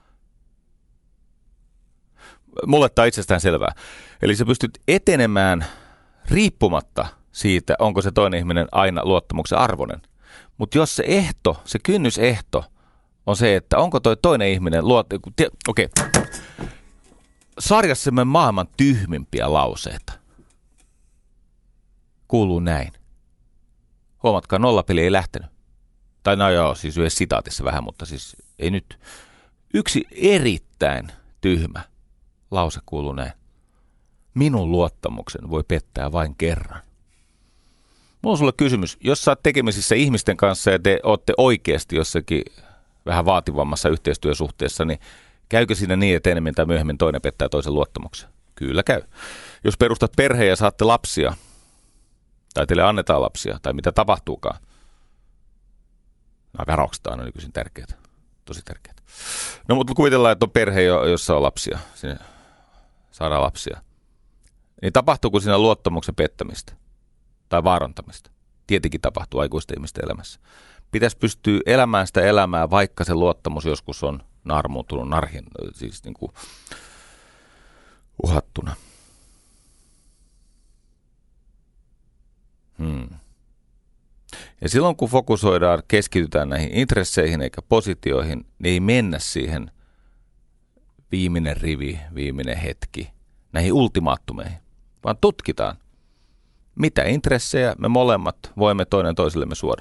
Mulle tämä on itsestään selvää. Eli sä pystyt etenemään riippumatta siitä, onko se toinen ihminen aina luottamuksen arvoinen. Mutta jos se ehto, se kynnysehto on se, että onko toi toinen ihminen okei. Sarjassamme maailman tyhmimpiä lauseita kuuluu näin. Huomatkaa, nollapeli ei lähtenyt. Tai no joo, siis yhdessä sitaatissa vähän, mutta siis ei nyt. Yksi erittäin tyhmä lause kuuluu näin. Minun luottamuksen voi pettää vain kerran. Mulla on sulle kysymys. Jos sä oot tekemisissä ihmisten kanssa ja te ootte oikeasti jossakin vähän vaativammassa yhteistyösuhteessa, niin käykö siinä niin, että enemmän tai myöhemmin toinen pettää toisen luottamuksen? Kyllä käy. Jos perustat perheen ja saatte lapsia, tai teille annetaan lapsia, tai mitä tapahtuukaan, nämä varaukset on aina nykyisin tärkeitä. Tosi tärkeitä. No mutta kuvitellaan, että on perhe, jossa on lapsia. Sinne saadaan lapsia. Niin tapahtuuko siinä luottamuksen pettämistä tai vaarantamista? Tietenkin tapahtuu aikuisten ihmisten elämässä. Pitäisi pystyä elämään sitä elämää, vaikka se luottamus joskus on naarmuutunut, siis niin kuin uhattuna. Ja silloin kun fokusoidaan, keskitytään näihin intresseihin eikä positioihin, niin ei mennä siihen viimeinen rivi, viimeinen hetki, näihin ultimaattumeihin, vaan tutkitaan, mitä intressejä me molemmat voimme toinen toisellemme suoda.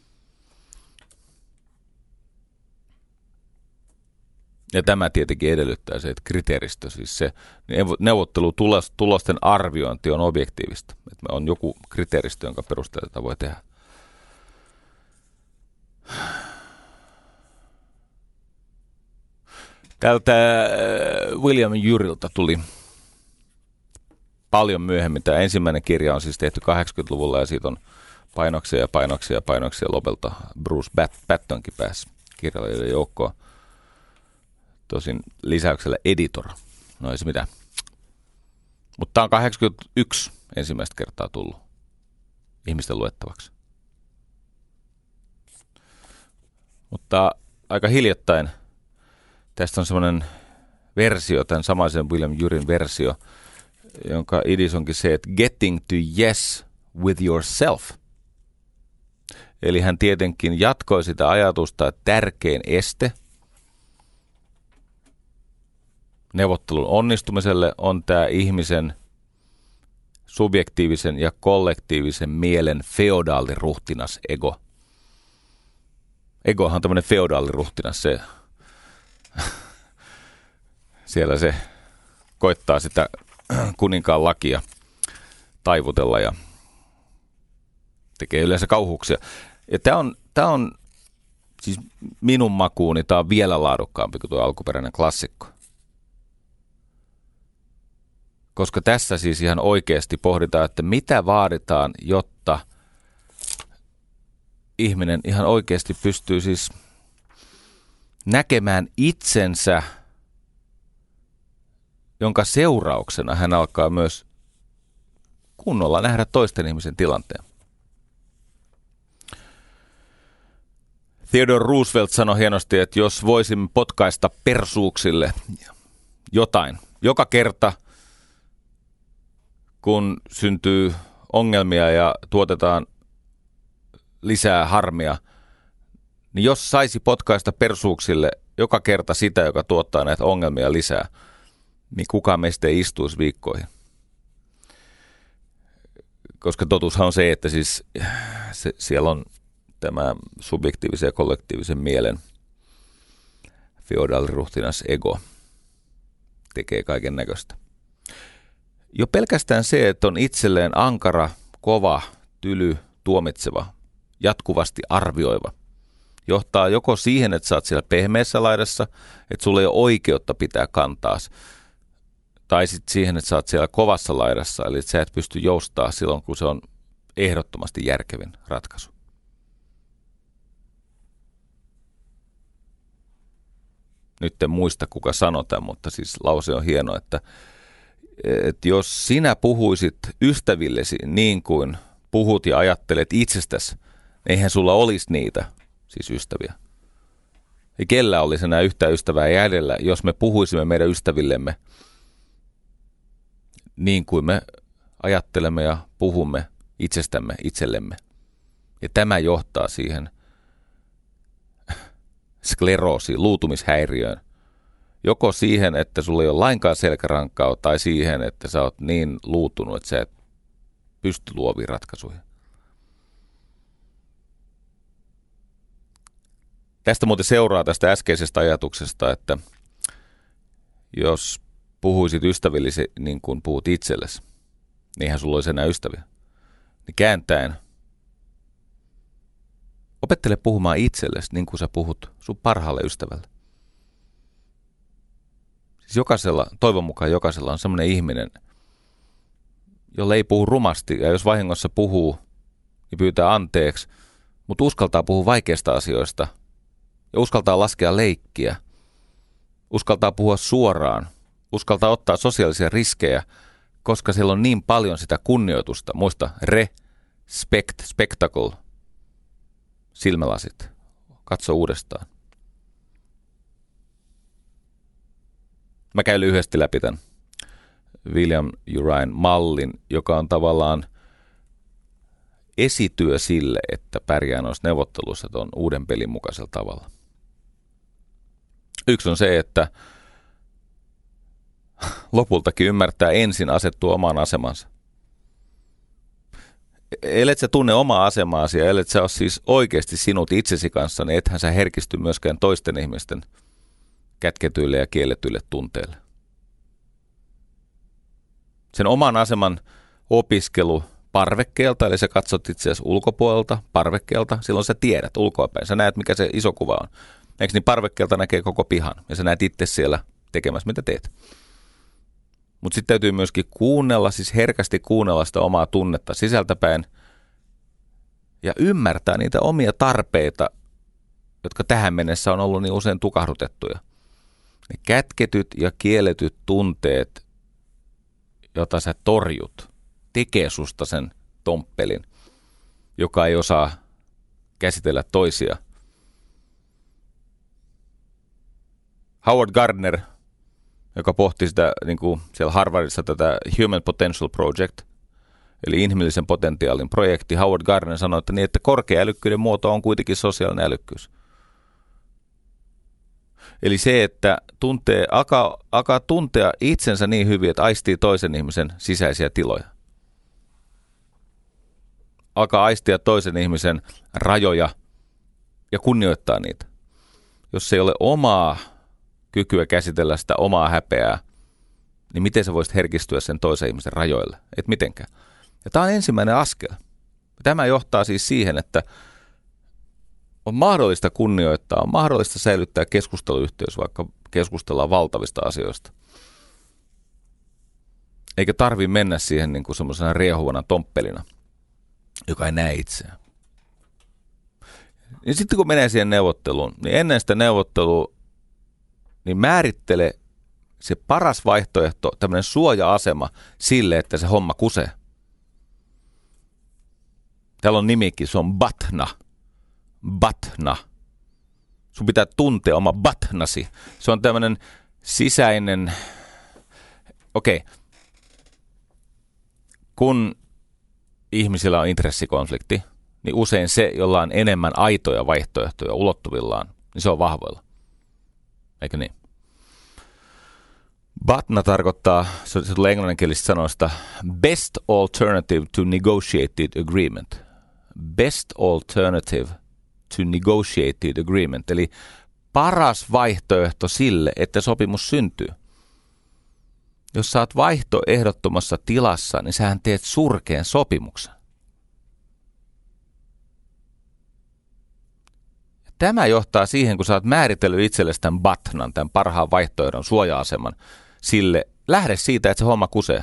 Ja tämä tietenkin edellyttää se, että kriteeristö, siis se neuvottelutulosten arviointi on objektiivista. Että on joku kriteeristö, jonka perusteella tätä voi tehdä. Tältä William Urilta tuli paljon myöhemmin. Tämä ensimmäinen kirja on siis tehty 80-luvulla ja siitä on painoksia. Lopelta Bruce Pattonkin pääsi kirjailijoiden joukkoon. Tosin lisäyksellä editor. No ei se mitään. Mutta tämä on 81 ensimmäistä kertaa tullut ihmisten luettavaksi. Mutta aika hiljattain tästä on semmoinen versio, tämän samaisen William Urin versio, jonka idis onkin se, että getting to yes with yourself. Eli hän tietenkin jatkoi sitä ajatusta, että tärkein este neuvottelun onnistumiselle on tämä ihmisen subjektiivisen ja kollektiivisen mielen feodaaliruhtinas ego. Egohan on tämmöinen feodaaliruhtinas, siellä se koittaa sitä kuninkaan lakia taivutella ja tekee yleensä kauhuuksia. Ja tämä on siis minun makuuni, tämä on vielä laadukkaampi kuin tuo alkuperäinen klassikko. Koska tässä siis ihan oikeasti pohditaan, että mitä vaaditaan, jotta ihminen ihan oikeasti pystyy siis näkemään itsensä, jonka seurauksena hän alkaa myös kunnolla nähdä toisten ihmisen tilanteen. Theodore Roosevelt sanoi hienosti, että jos voisimme potkaista persuuksille jotain, joka kerta kun syntyy ongelmia ja tuotetaan lisää harmia, niin jos saisi potkaista persuuksille joka kerta sitä, joka tuottaa näitä ongelmia lisää, niin kukaan meistä ei istuisi viikkoihin. Koska totuushan on se, että siis siellä on tämä subjektiivisen ja kollektiivisen mielen feodaaliruhtinas ego tekee kaiken näköistä. Jo pelkästään se, että on itselleen ankara, kova, tyly, tuomitseva, jatkuvasti arvioiva, johtaa joko siihen, että sä oot siellä pehmeässä laidassa, että sulla ei ole oikeutta pitää kantaas, tai sitten siihen, että sä oot siellä kovassa laidassa, eli että sä et pysty joustaa silloin, kun se on ehdottomasti järkevin ratkaisu. Nyt en muista, kuka sanoi tämän, mutta siis lause on hieno, että jos sinä puhuisit ystävillesi niin kuin puhut ja ajattelet itsestäsi, eihän sulla olisi niitä, siis ystäviä. Ei kellä olisi enää yhtään ystävää jäljellä, jos me puhuisimme meidän ystävillemme niin kuin me ajattelemme ja puhumme itsestämme itsellemme. Ja tämä johtaa siihen skleroosiin, luutumishäiriöön. Joko siihen, että sulla ei ole lainkaan selkärankaa, tai siihen, että sä oot niin luutunut, että sä et pysty luoviin ratkaisuihin. Tästä muuten seuraa tästä äskeisestä ajatuksesta, että jos puhuisit ystävillisi niin kuin puhut itsellesi, niin eihän sulla olisi enää ystäviä. Niin kääntäen, opettele puhumaan itsellesi niin kuin sä puhut sun parhaalle ystävälle. Siis jokaisella, toivon mukaan jokaisella on semmoinen ihminen, jolle ei puhu rumasti, ja jos vahingossa puhuu, niin pyytää anteeksi, mutta uskaltaa puhua vaikeista asioista, ja uskaltaa laskea leikkiä, uskaltaa puhua suoraan, uskaltaa ottaa sosiaalisia riskejä, koska siellä on niin paljon sitä kunnioitusta. Muista, spectacle, silmälasit, katso uudestaan. Mä käyn lyhyesti läpi tämän William Urin mallin, joka on tavallaan esityö sille, että pärjää noissa neuvotteluissa tuon uuden pelin mukaisella tavalla. Yksi on se, että lopultakin ymmärtää ensin asettua omaan asemansa. Ellet sä tunne omaa asemaasi ja ellet sä ole siis oikeasti sinut itsesi kanssa, niin ethän sä herkisty myöskään toisten ihmisten kätketyille ja kielletyille tunteille. Sen oman aseman opiskelu parvekkeelta, eli sä katsot itseäsi ulkopuolelta, parvekkeelta, silloin sä tiedät ulkoapäin. Sä näet, mikä se iso kuva on. Eikö niin parvekkeelta näkee koko pihan, ja sä näet itse siellä tekemässä, mitä teet. Mutta sitten täytyy myöskin kuunnella, siis herkästi kuunnella sitä omaa tunnetta sisältäpäin, ja ymmärtää niitä omia tarpeita, jotka tähän mennessä on ollut niin usein tukahdutettuja. Ne kätketyt ja kielletyt tunteet, jota sä torjut, tekee susta sen tomppelin, joka ei osaa käsitellä toisia. Howard Gardner, joka pohti sitä niin kuin siellä Harvardissa tätä Human Potential Project, eli inhimillisen potentiaalin projekti, Howard Gardner sanoi, että, niin, että korkea älykkyyden muoto on kuitenkin sosiaalinen älykkyys. Eli se, että alkaa tuntea itsensä niin hyvin, että aistii toisen ihmisen sisäisiä tiloja. Alkaa aistia toisen ihmisen rajoja ja kunnioittaa niitä. Jos ei ole omaa kykyä käsitellä sitä omaa häpeää, niin miten sä voisit herkistyä sen toisen ihmisen rajoille? Et mitenkään. Ja tämä on ensimmäinen askel. Tämä johtaa siis siihen, että on mahdollista kunnioittaa, on mahdollista säilyttää keskusteluyhteys, vaikka keskustellaan valtavista asioista. Eikä tarvitse mennä siihen niin kuin semmoisena riehuvana tomppelina, joka ei näe itseään. Ja sitten kun menee siihen neuvotteluun, niin ennen sitä neuvottelua, niin määrittele se paras vaihtoehto, tämmöinen suoja-asema sille, että se homma kusee. Täällä on nimikin, se on batna. Batna. Sun pitää tuntea oma batnasi. Se on tämmöinen sisäinen, kun ihmisillä on intressikonflikti, niin usein se, jolla on enemmän aitoja vaihtoehtoja ulottuvillaan, niin se on vahvoilla. Eikö niin? Batna tarkoittaa, se tulee englanninkielisistä sanoista, best alternative to negotiated agreement. Best alternative to negotiated agreement, eli paras vaihtoehto sille, että sopimus syntyy. Jos sä oot vaihtoehdottomassa tilassa, niin sähän teet surkean sopimuksen. Tämä johtaa siihen, kun sä oot määritellyt itsellesi tämän batnan, tämän parhaan vaihtoehdon suoja-aseman sille, lähde siitä, että se homma kusee.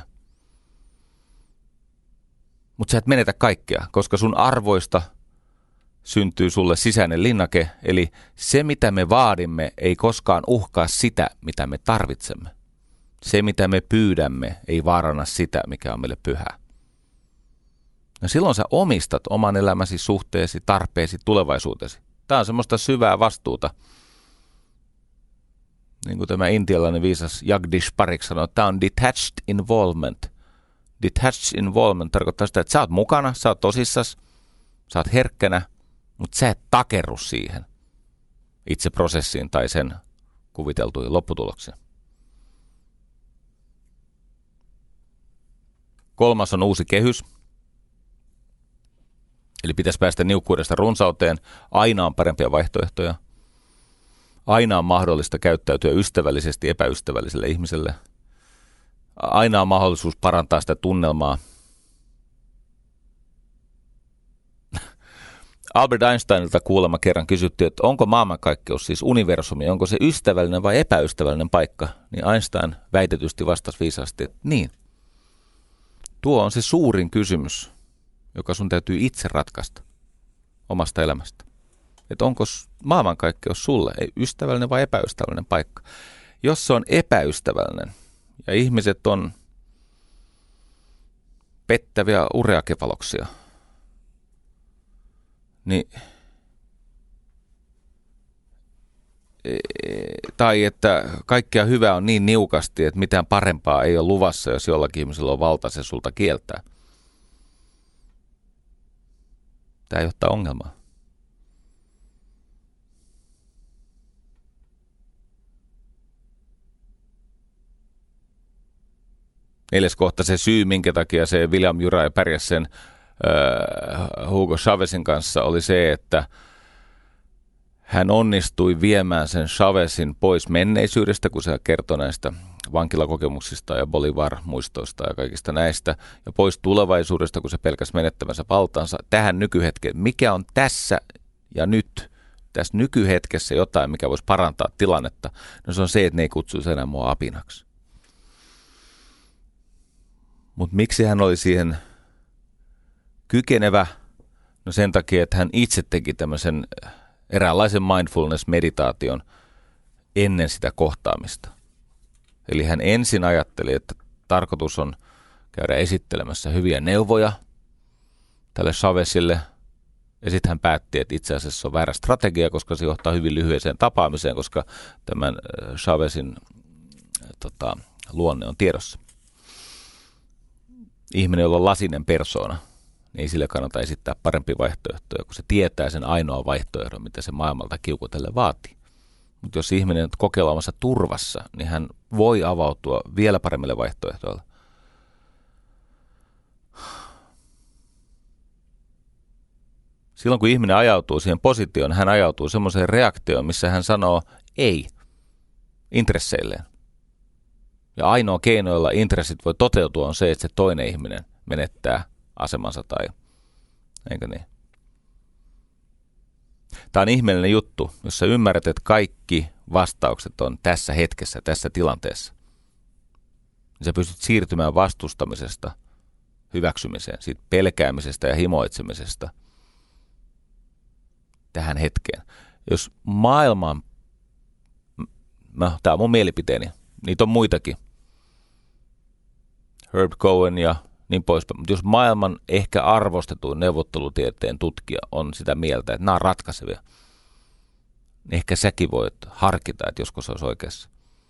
Mutta sä et menetä kaikkea, koska sun arvoista syntyy sulle sisäinen linnake, eli se, mitä me vaadimme, ei koskaan uhkaa sitä, mitä me tarvitsemme. Se, mitä me pyydämme, ei vaaranna sitä, mikä on meille pyhää. No silloin sä omistat oman elämäsi, suhteesi, tarpeesi, tulevaisuutesi. Tämä on semmoista syvää vastuuta. Niin kuin tämä intialainen viisas Jagdish Parik sanoi, tämä on detached involvement. Detached involvement tarkoittaa sitä, että sä oot mukana, sä oot tosissas, sä oot herkkänä, mutta sä et takerru siihen itse prosessiin tai sen kuviteltuihin lopputuloksiin. 3. on uusi kehys. Eli pitäisi päästä niukkuudesta runsauteen. Aina on parempia vaihtoehtoja. Aina on mahdollista käyttäytyä ystävällisesti epäystävälliselle ihmiselle. Aina on mahdollisuus parantaa sitä tunnelmaa. Albert Einsteinilta kuulemma kerran kysyttiin, että onko maailmankaikkeus, siis universumi, onko se ystävällinen vai epäystävällinen paikka? Niin Einstein väitetysti vastasi viisaasti, että niin. Tuo on se suurin kysymys, joka sun täytyy itse ratkaista omasta elämästä. Että onko maailmankaikkeus sulle ystävällinen vai epäystävällinen paikka? Jos se on epäystävällinen ja ihmiset on pettäviä ureakepaloksia, niin tai että kaikkea hyvää on niin niukasti, että mitään parempaa ei ole luvassa, jos jollakin ihmisellä on valta se sulta kieltää. Tämä johtaa ongelmaan. 4. kohta se syy, minkä takia se William Uray pärjäsi sen Hugo Chávezin kanssa, oli se, että hän onnistui viemään sen Chávezin pois menneisyydestä, kun se kertoi näistä vankilakokemuksista ja Bolivar-muistoista ja kaikista näistä, ja pois tulevaisuudesta, kun se pelkäsi menettämänsä valtaansa, tähän nykyhetkeen. Mikä on tässä ja nyt, tässä nykyhetkessä jotain, mikä voisi parantaa tilannetta? No se on se, että ne ei kutsuisi enää mua apinaksi. Mutta miksi hän oli siihen kykenevä? No sen takia, että hän itse teki tämmöisen eräänlaisen mindfulness-meditaation ennen sitä kohtaamista. Eli hän ensin ajatteli, että tarkoitus on käydä esittelemässä hyviä neuvoja tälle Chávezille. Ja sitten hän päätti, että itse asiassa se on väärä strategia, koska se johtaa hyvin lyhyeseen tapaamiseen, koska tämän Chávezin luonne on tiedossa. Ihminen, jolla on lasinen persoona, niin ei sille kannata esittää parempi vaihtoehtoja, kun se tietää sen ainoa vaihtoehdon, mitä se maailmalta kiukutelle vaatii. Mutta jos ihminen on kokeilemassa turvassa, niin hän voi avautua vielä paremmille vaihtoehdoille. Silloin kun ihminen ajautuu siihen positioon, hän ajautuu semmoiseen reaktioon, missä hän sanoo ei intresseilleen. Ja ainoa keino, jolla intressit voi toteutua, on se, että se toinen ihminen menettää asemansa tai eikö niin. Tämä on ihmeellinen juttu, jos sä ymmärrät, että kaikki vastaukset on tässä hetkessä, tässä tilanteessa. Sä pystyt siirtymään vastustamisesta hyväksymiseen, siitä pelkäämisestä ja himoitsemisesta tähän hetkeen. Jos maailman, tämä on mun mielipiteeni, niitä on muitakin, Herb Cohen ja niin poispäin, mutta jos maailman ehkä arvostetuin neuvottelutieteen tutkija on sitä mieltä, että nämä on ratkaisevia, niin ehkä säkin voit harkita, että joskus se olisi oikeassa.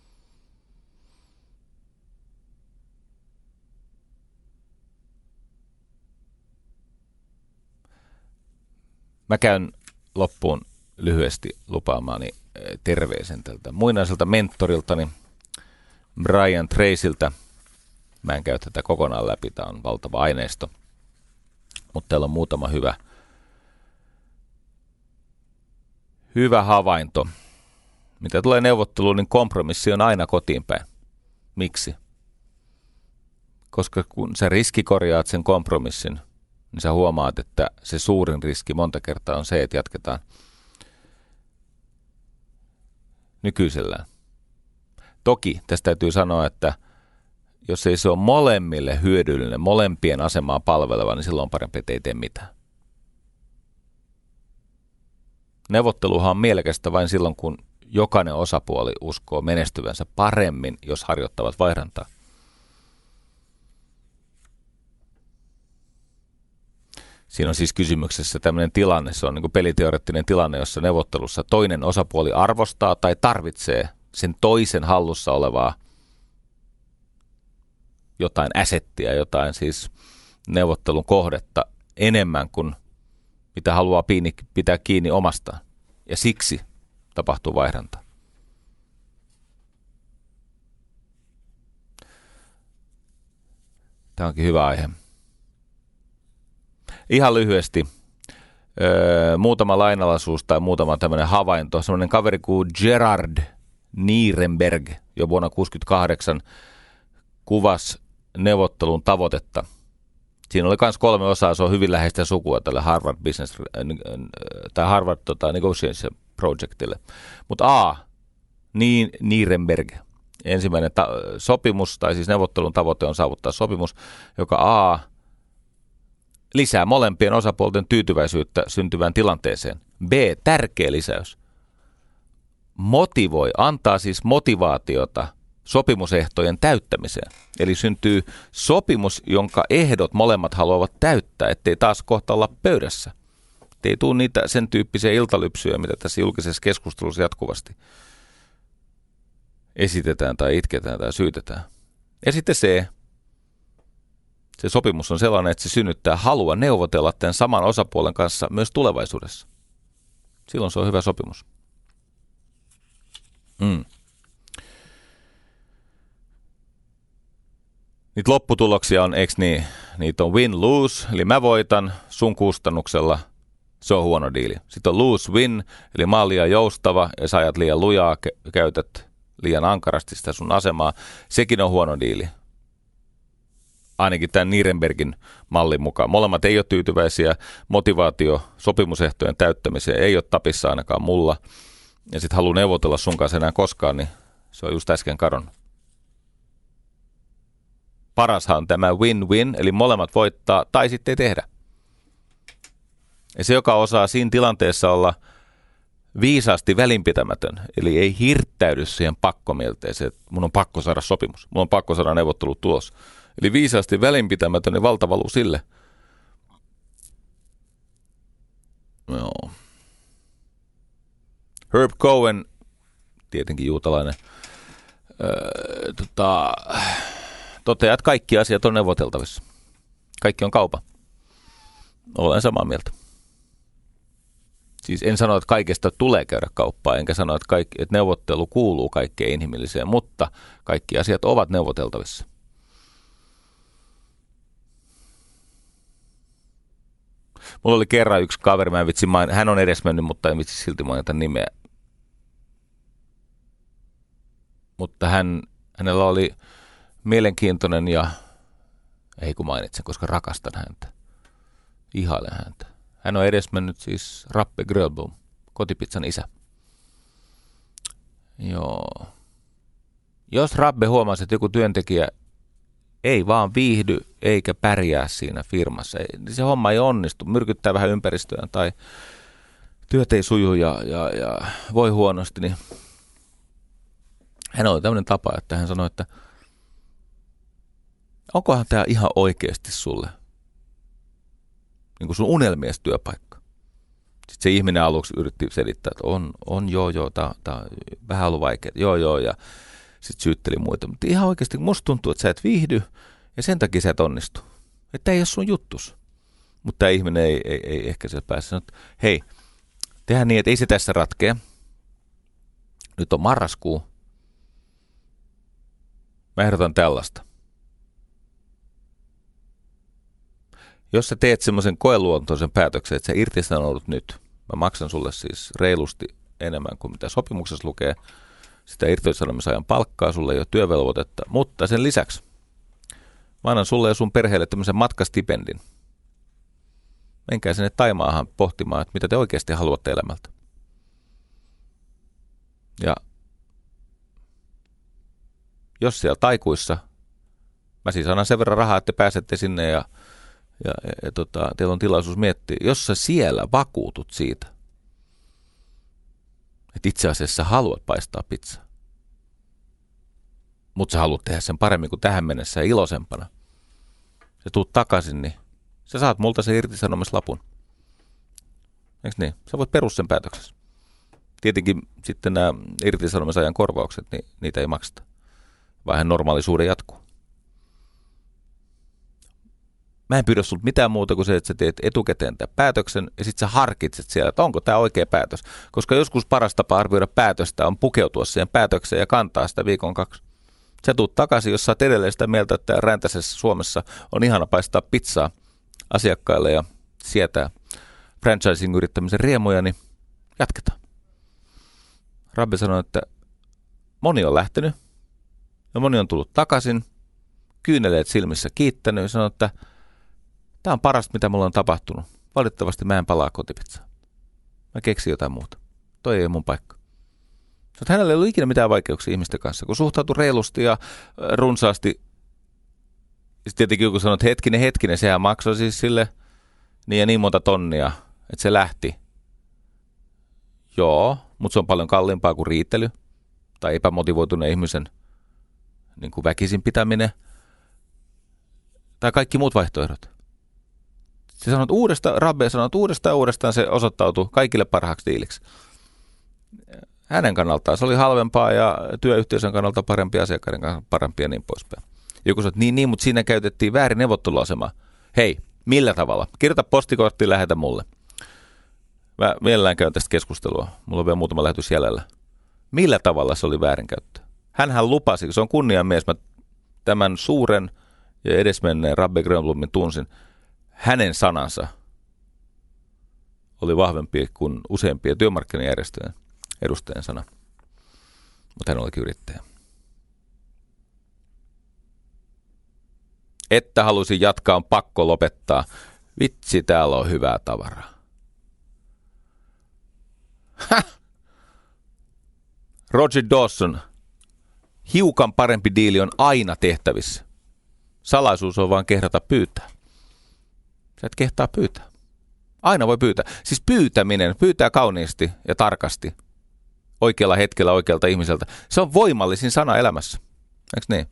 Mä käyn loppuun lyhyesti lupaamaani terveisen tältä muinaiselta mentoriltani Brian Tracyltä. Mä en käy tätä kokonaan läpi, tämä on valtava aineisto, mutta täällä on muutama hyvä havainto. Mitä tulee neuvotteluun, niin kompromissi on aina kotiin päin. Miksi? Koska kun sä riskikorjaat sen kompromissin, niin sä huomaat, että se suurin riski monta kertaa on se, että jatketaan nykyisellään. Toki tästä täytyy sanoa, että jos ei se ole molemmille hyödyllinen, molempien asemaa palveleva, niin silloin on parempi, että ei tee mitään. Neuvotteluhan on mielekästä vain silloin, kun jokainen osapuoli uskoo menestyvänsä paremmin, jos harjoittavat vaihdantaa. Siinä on siis kysymyksessä tämmöinen tilanne, se on niin kuin peliteoreettinen tilanne, jossa neuvottelussa toinen osapuoli arvostaa tai tarvitsee sen toisen hallussa olevaa jotain assettia, jotain siis neuvottelun kohdetta enemmän kuin mitä haluaa pitää kiinni omastaan. Ja siksi tapahtuu vaihdanta. Tämä onkin hyvä aihe. Ihan lyhyesti muutama lainalaisuus tai muutama tämmöinen havainto. Semmoinen kaveri kuin Gerard Nirenberg jo vuonna 1968 kuvasi neuvottelun tavoitetta. Siinä oli myös 3 osaa, se on hyvin läheistä sukua tälle Harvard Business tai Harvard Negotiation Projectille. Mutta Nirenberg, ensimmäinen sopimus, tai siis neuvottelun tavoite on saavuttaa sopimus, joka lisää molempien osapuolten tyytyväisyyttä syntyvään tilanteeseen. B, tärkeä lisäys. Motivoi, antaa siis motivaatiota sopimusehtojen täyttämiseen. Eli syntyy sopimus, jonka ehdot molemmat haluavat täyttää, ettei taas kohta olla pöydässä. Ei tule niitä sen tyyppisiä iltalypsyjä, mitä tässä julkisessa keskustelussa jatkuvasti esitetään tai itketään tai syytetään. Ja sitten se sopimus on sellainen, että se synnyttää halua neuvotella tämän saman osapuolen kanssa myös tulevaisuudessa. Silloin se on hyvä sopimus. Niitä lopputuloksia on, eikö niin? Niitä on win-lose, eli mä voitan sun kustannuksella, se on huono diili. Sitten on lose-win, eli mä oon liian joustava ja sä ajat liian lujaa, käytät liian ankarasti sitä sun asemaa, sekin on huono diili. Ainakin tämän Nirenbergin mallin mukaan. Molemmat ei ole tyytyväisiä, motivaatio sopimusehtojen täyttämiseen ei ole tapissa ainakaan mulla. Ja sitten haluaa neuvotella sun kanssa enää koskaan, niin se on just äsken kadonnut. Parashan on tämä win-win, eli molemmat voittaa tai sitten ei tehdä. Ja se, joka osaa siinä tilanteessa olla viisaasti välinpitämätön, eli ei hirttäydy siihen pakkomielteeseen, että mun on pakko saada sopimus, mun on pakko saada neuvottelut tulos. Eli viisaasti välinpitämätön, niin valta valuu sille. Joo. Herb Cohen, tietenkin juutalainen, toteaa, että kaikki asiat on neuvoteltavissa. Kaikki on kaupa. Olen samaa mieltä. Siis en sano, että kaikesta tulee käydä kauppaa, enkä sano, että neuvottelu kuuluu kaikkeen inhimilliseen, mutta kaikki asiat ovat neuvoteltavissa. Mulla oli kerran yksi kaveri, hän on edesmennyt, mutta en vitsi silti mainita nimeä. Mutta hänellä oli mielenkiintoinen ja, ei kun mainitsen, koska rakastan häntä, ihailen häntä. Hän on edesmennyt siis Rabbe Grönblom, kotipizzan isä. Joo. Jos Rabbe huomasi, että joku työntekijä ei vaan viihdy eikä pärjää siinä firmassa, niin se homma ei onnistu, myrkyttää vähän ympäristöään tai työt ei suju ja voi huonosti, niin hän oli tämmöinen tapa, että hän sanoi, että onkohan tämä ihan oikeasti sulle niin kuin sun unelmies työpaikka. Sitten se ihminen aluksi yritti selittää, että on joo, tää vähän ollut vaikea, joo, ja sitten syytteli muita. Mutta ihan oikeasti musta tuntuu, että sä et viihdy, ja sen takia sä et onnistu. Että ei ole sun juttus. Mutta tämä ihminen ei ehkä sieltä pääse sanoa, että hei, tehdään niin, että ei se tässä ratkea. Nyt on marraskuu. Mä ehdotan tällaista. Jos sä teet semmoisen koeluontoisen päätöksen, että sä irtisanoudut nyt, mä maksan sulle siis reilusti enemmän kuin mitä sopimuksessa lukee, sitä irtisanomisajan palkkaa, sulle ei ole työvelvoitetta, mutta sen lisäksi mä annan sulle ja sun perheelle tämmöisen matkastipendin. Menkää sinne Taimaahan pohtimaan, että mitä te oikeasti haluatte elämältä. Ja jos siellä taikuissa, mä siis annan sen verran rahaa, että te pääsette sinne ja teillä on tilaisuus miettiä, jos sä siellä vakuutut siitä, että itse asiassa haluat paistaa pizzaa, mutta sä haluat tehdä sen paremmin kuin tähän mennessä ja iloisempana, ja tuut takaisin, niin sä saat multa sen irtisanomislapun. Eikö niin? Sä voit perus sen päätöksessä. Tietenkin sitten nämä irtisanomisajan korvaukset, niin niitä ei makseta. Vähän normaalisuuden jatkuu. Mä en pyydä sulta mitään muuta kuin se, että sä teet etukäteen tämän päätöksen ja sitten sä harkitset siellä, että onko tämä oikea päätös. Koska joskus paras tapa arvioida päätöstä on pukeutua siihen päätökseen ja kantaa sitä viikon 2. Sä tuut takaisin, jos sä oot edelleen sitä mieltä, että räntäisessä Suomessa on ihana paistaa pizzaa asiakkaille ja sietää franchising-yrittämisen riemuja, niin jatketaan. Rabbi sanoi, että moni on lähtenyt ja moni on tullut takaisin, kyyneleet silmissä kiittänyt ja sanoi, että tämä on parasta, mitä mulla on tapahtunut. Valitettavasti mä en palaa kotipizzaan. Mä keksin jotain muuta. Toi ei ole mun paikka. Mutta hänellä ei ollut ikinä mitään vaikeuksia ihmisten kanssa, kun suhtautui reilusti ja runsaasti. Sitten tietenkin joku sanoi, että hetkinen, sehän maksoi siis sille niin ja niin monta tonnia, että se lähti. Joo, mutta se on paljon kalliimpaa kuin riittely tai epämotivoituneen ihmisen niin kuin väkisin pitäminen tai kaikki muut vaihtoehdot. Se sanoo, että Rabbe sanoo, että uudestaan se osoittautui kaikille parhaaksi diiliksi. Hänen kannaltaan se oli halvempaa ja työyhteisön kannalta parempi, asiakkaiden kannalta parempi ja niin poispäin. Joku sanoi, että niin, mutta siinä käytettiin väärin neuvotteluasemaa. Hei, millä tavalla? Kirjoita postikorttiin, lähetä mulle. Mä mielellään käyn tästä keskustelua. Mulla on vielä muutama lähetys jäljellä. Millä tavalla se oli väärinkäyttö? Hänhän lupasi, kun se on kunniamies, mä tämän suuren ja edesmenneen Rabbe Grönblomin tunsin. Hänen sanansa oli vahvempi kuin useimpien työmarkkinajärjestöjen edustajien sana. Mutta hän olikin yrittäjä. Että halusin jatkaa, on pakko lopettaa. Vitsi, täällä on hyvää tavaraa. Roger Dawson. Hiukan parempi diili on aina tehtävissä. Salaisuus on vaan kehdata pyytää. Sä et kehtaa pyytää. Aina voi pyytää. Siis pyytää kauniisti ja tarkasti. Oikealla hetkellä oikealta ihmiseltä. Se on voimallisin sana elämässä. Eikö niin?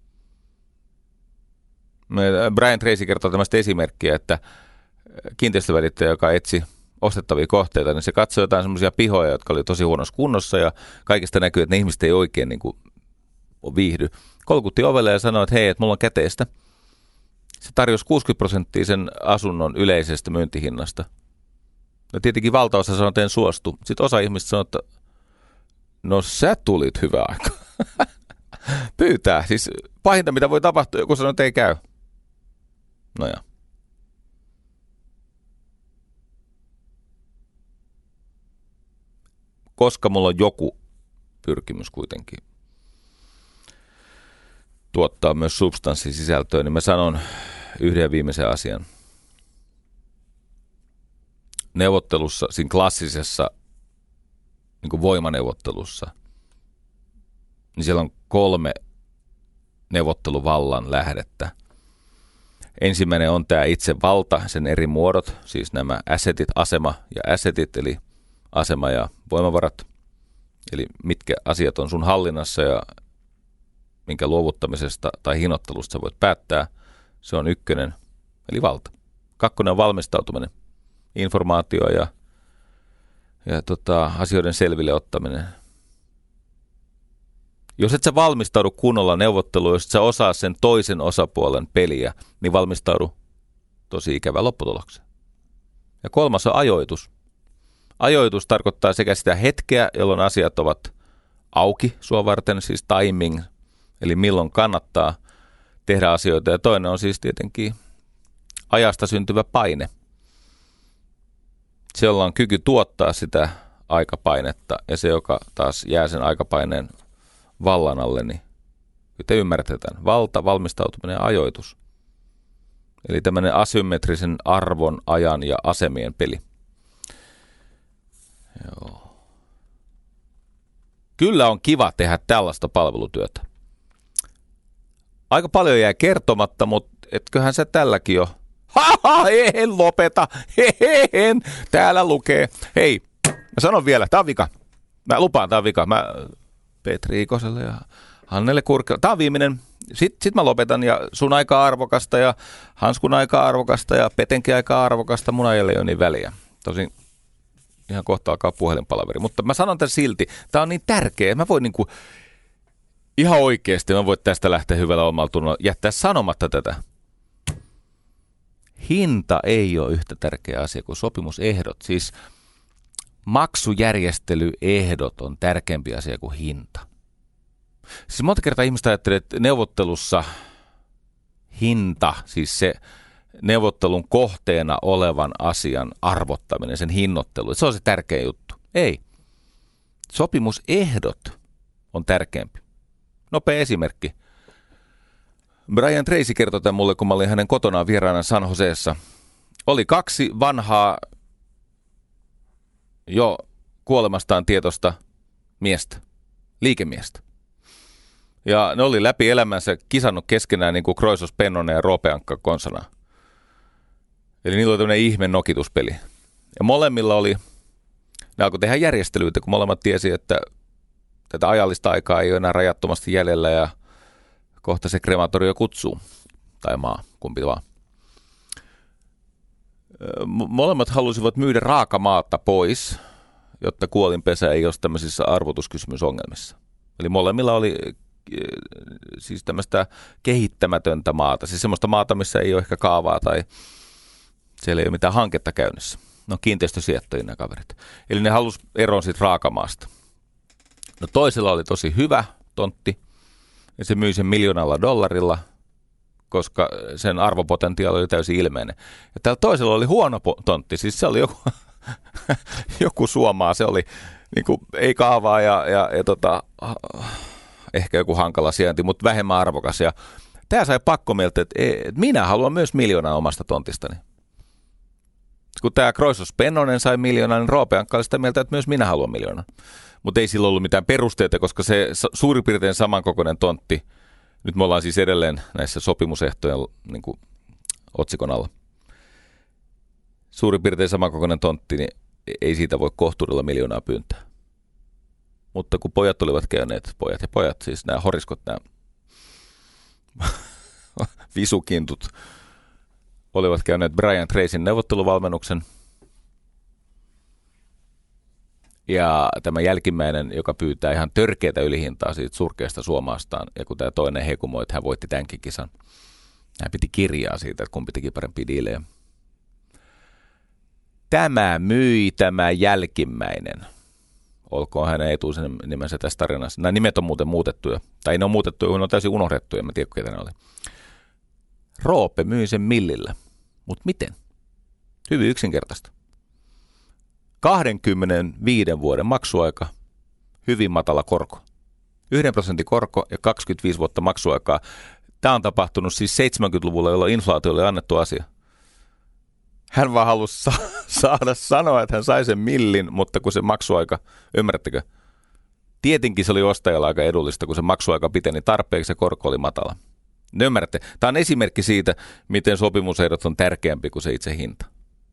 Brian Tracy kertoo tämmöistä esimerkkiä, että kiinteistövälittäjä, joka etsi ostettavia kohteita, niin se katsoi jotain semmoisia pihoja, jotka oli tosi huonossa kunnossa ja kaikista näkyy, että ne ihmiset ei oikein niin kuin viihdy. Kolkutti ovelle ja sanoi, että hei, että mulla on käteistä. Se tarjosi 60% sen asunnon yleisestä myyntihinnasta. No tietenkin valtaosa sanoi, että en suostu. Sitten osa ihmistä sanoi, että no sä tulit hyvä aika. Pyytää. Siis pahinta mitä voi tapahtua, joku sanoo, että ei käy. No ja. Koska mulla on joku pyrkimys kuitenkin tuottaa myös substanssisisältöä, niin mä sanon yhden viimeisen asian. Neuvottelussa, siinä klassisessa niin kuin voimaneuvottelussa, niin siellä on 3 neuvotteluvallan lähdettä. Ensimmäinen on tämä itse valta, sen eri muodot, siis nämä assetit, asema ja assetit, eli asema ja voimavarat, eli mitkä asiat on sun hallinnassa ja minkä luovuttamisesta tai hinnoittelusta sä voit päättää, se on 1, eli valta. 2 on valmistautuminen, informaatio ja asioiden selville ottaminen. Jos et sä valmistaudu kunnolla neuvotteluun, jos et sä osaa sen toisen osapuolen peliä, niin valmistaudu tosi ikävä lopputulokseen. Ja 3 on ajoitus. Ajoitus tarkoittaa sekä sitä hetkeä, jolloin asiat ovat auki sua varten, siis timing, eli milloin kannattaa tehdä asioita. Ja toinen on siis tietenkin ajasta syntyvä paine. Se, jolla on kyky tuottaa sitä aikapainetta ja se, joka taas jää sen aikapaineen vallan alle, niin te ymmärrätte tämän. Valta, valmistautuminen ja ajoitus. Eli tämmöinen asymmetrisen arvon, ajan ja asemien peli. Joo. Kyllä on kiva tehdä tällaista palvelutyötä. Aika paljon jää kertomatta, mutta etköhän sä tälläkin jo. En lopeta. En. Täällä lukee. Hei, mä sanon vielä, tää on vika. Mä lupaan, tää on vika. Mä Petri Ikoselle ja Hannelle Kurkela. Tää on viimeinen. Sitten mä lopetan ja sun aika arvokasta ja Hanskun aika arvokasta ja Petenkin aika arvokasta. Mun ajalle ei ole niin väliä. Tosin ihan kohta alkaa puhelinpalaveri. Mutta mä sanon tän silti. Tää on niin tärkeä. Mä voin niinku ihan oikeasti, mä voin tästä lähteä hyvällä omalla tunnolla jättää sanomatta tätä. Hinta ei ole yhtä tärkeä asia kuin sopimusehdot. Siis maksujärjestelyehdot on tärkeämpi asia kuin hinta. Siis monta kertaa ihmistä ajattelee, että neuvottelussa hinta, siis se neuvottelun kohteena olevan asian arvottaminen, sen hinnoittelu, se on se tärkeä juttu. Ei. Sopimusehdot on tärkeämpi. Nopea esimerkki. Brian Tracy kertoi tämän mulle, kun mä olin hänen kotonaan vieraana San Joseessa. Oli 2 vanhaa, jo kuolemastaan tietoista miestä, liikemiestä. Ja ne oli läpi elämänsä kisannut keskenään niin kuin Kroisos Pennonen ja Roope Ankka konsana. Eli niillä oli tämmöinen ihme nokituspeli. Ja molemmilla oli, ne alkoi tehdä järjestelyitä, kun molemmat tiesi, että tätä ajallista aikaa ei ole enää rajattomasti jäljellä ja kohta se krematorio kutsuu. Tai maa, kumpi vaan. Molemmat halusivat myydä raakamaata pois, jotta kuolinpesä ei olisi tämmöisissä arvotuskysymysongelmissa. Eli molemmilla oli siis tämmöistä kehittämätöntä maata. Siis semmoista maata, missä ei ole ehkä kaavaa tai siellä ei ole mitään hanketta käynnissä. No kiinteistösijoittajia nämä kaverit. Eli ne halusi eroon siitä raakamaasta. No toisella oli tosi hyvä tontti ja se myi sen $1 miljoonalla, koska sen arvopotentiaali oli täysin ilmeinen. Ja tällä toisella oli huono tontti, siis se oli joku suomaa, se oli niin kuin, ei kaavaa ja ehkä joku hankala sijainti, mutta vähemmän arvokas. Ja tämä sai pakkomieltä, että minä haluan myös $1 miljoonaa omasta tontistani. Kun tämä Kroisos Pennonen sai $1 miljoonaa, niin Roope Ankka oli sitä mieltä, että myös minä haluan $1 miljoonaa. Mutta ei sillä ollut mitään perusteita, koska se suurin piirtein samankokoinen tontti, nyt me ollaan siis edelleen näissä sopimusehtojen niin kuin otsikon alla. suurin piirtein samankokoinen tontti, niin ei siitä voi kohtuudella 1 miljoonaa pyyntää. Mutta kun pojat olivat käyneet, pojat, siis nämä horiskot, nämä visukintut, olivat käyneet Brian Tracyn neuvotteluvalmennuksen. Ja tämä jälkimmäinen, joka pyytää ihan törkeätä ylihintaa siitä surkeasta suomaastaan, ja kun tämä toinen hekumoi, että hän voitti tämänkin kisan, hän piti kirjaa siitä, että kumpi teki parempia diilejä. Tämä jälkimmäinen, olkoon hänen etuisen nimensä tässä tarinassa. Nämä nimet on muuten muutettuja, tai ne on muutettuja, ne on täysin unohdettuja, en tiedä ketä ne oli. Roope myi sen millillä, mutta miten? Hyvin yksinkertaista. 25 vuoden maksuaika, hyvin matala korko. 1% korko ja 25 vuotta maksuaikaa. Tämä on tapahtunut siis 70-luvulla, jolloin inflaatio oli annettu asia. Hän vaan halusi saada sanoa, että hän sai sen millin, mutta kun se maksuaika, ymmärrättekö? Tietenkin se oli ostajalla aika edullista, kun se maksuaika piteni tarpeeksi ja korko oli matala. Ne ymmärrätte? Tämä on esimerkki siitä, miten sopimusehdot on tärkeämpi kuin se itse hinta.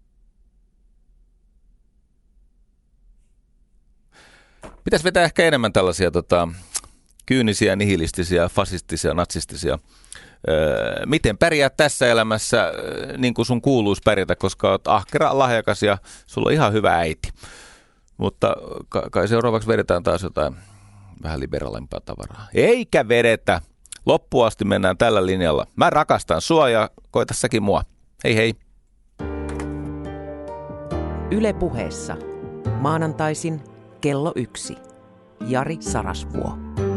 Pitäisi vetää ehkä enemmän tällaisia kyynisiä, nihilistisiä, fasistisia, natsistisia. Miten pärjää tässä elämässä niin kuin sun kuuluisi pärjätä, koska olet ahkera, lahjakas ja sulla on ihan hyvä äiti. Mutta kai seuraavaksi vedetään taas jotain vähän liberaalimpaa tavaraa. Eikä vedetä. Loppuun asti mennään tällä linjalla. Mä rakastan sua ja koita säkin mua. Hei hei. Yle Puheessa. Maanantaisin kello 1. Jari Sarasvuo.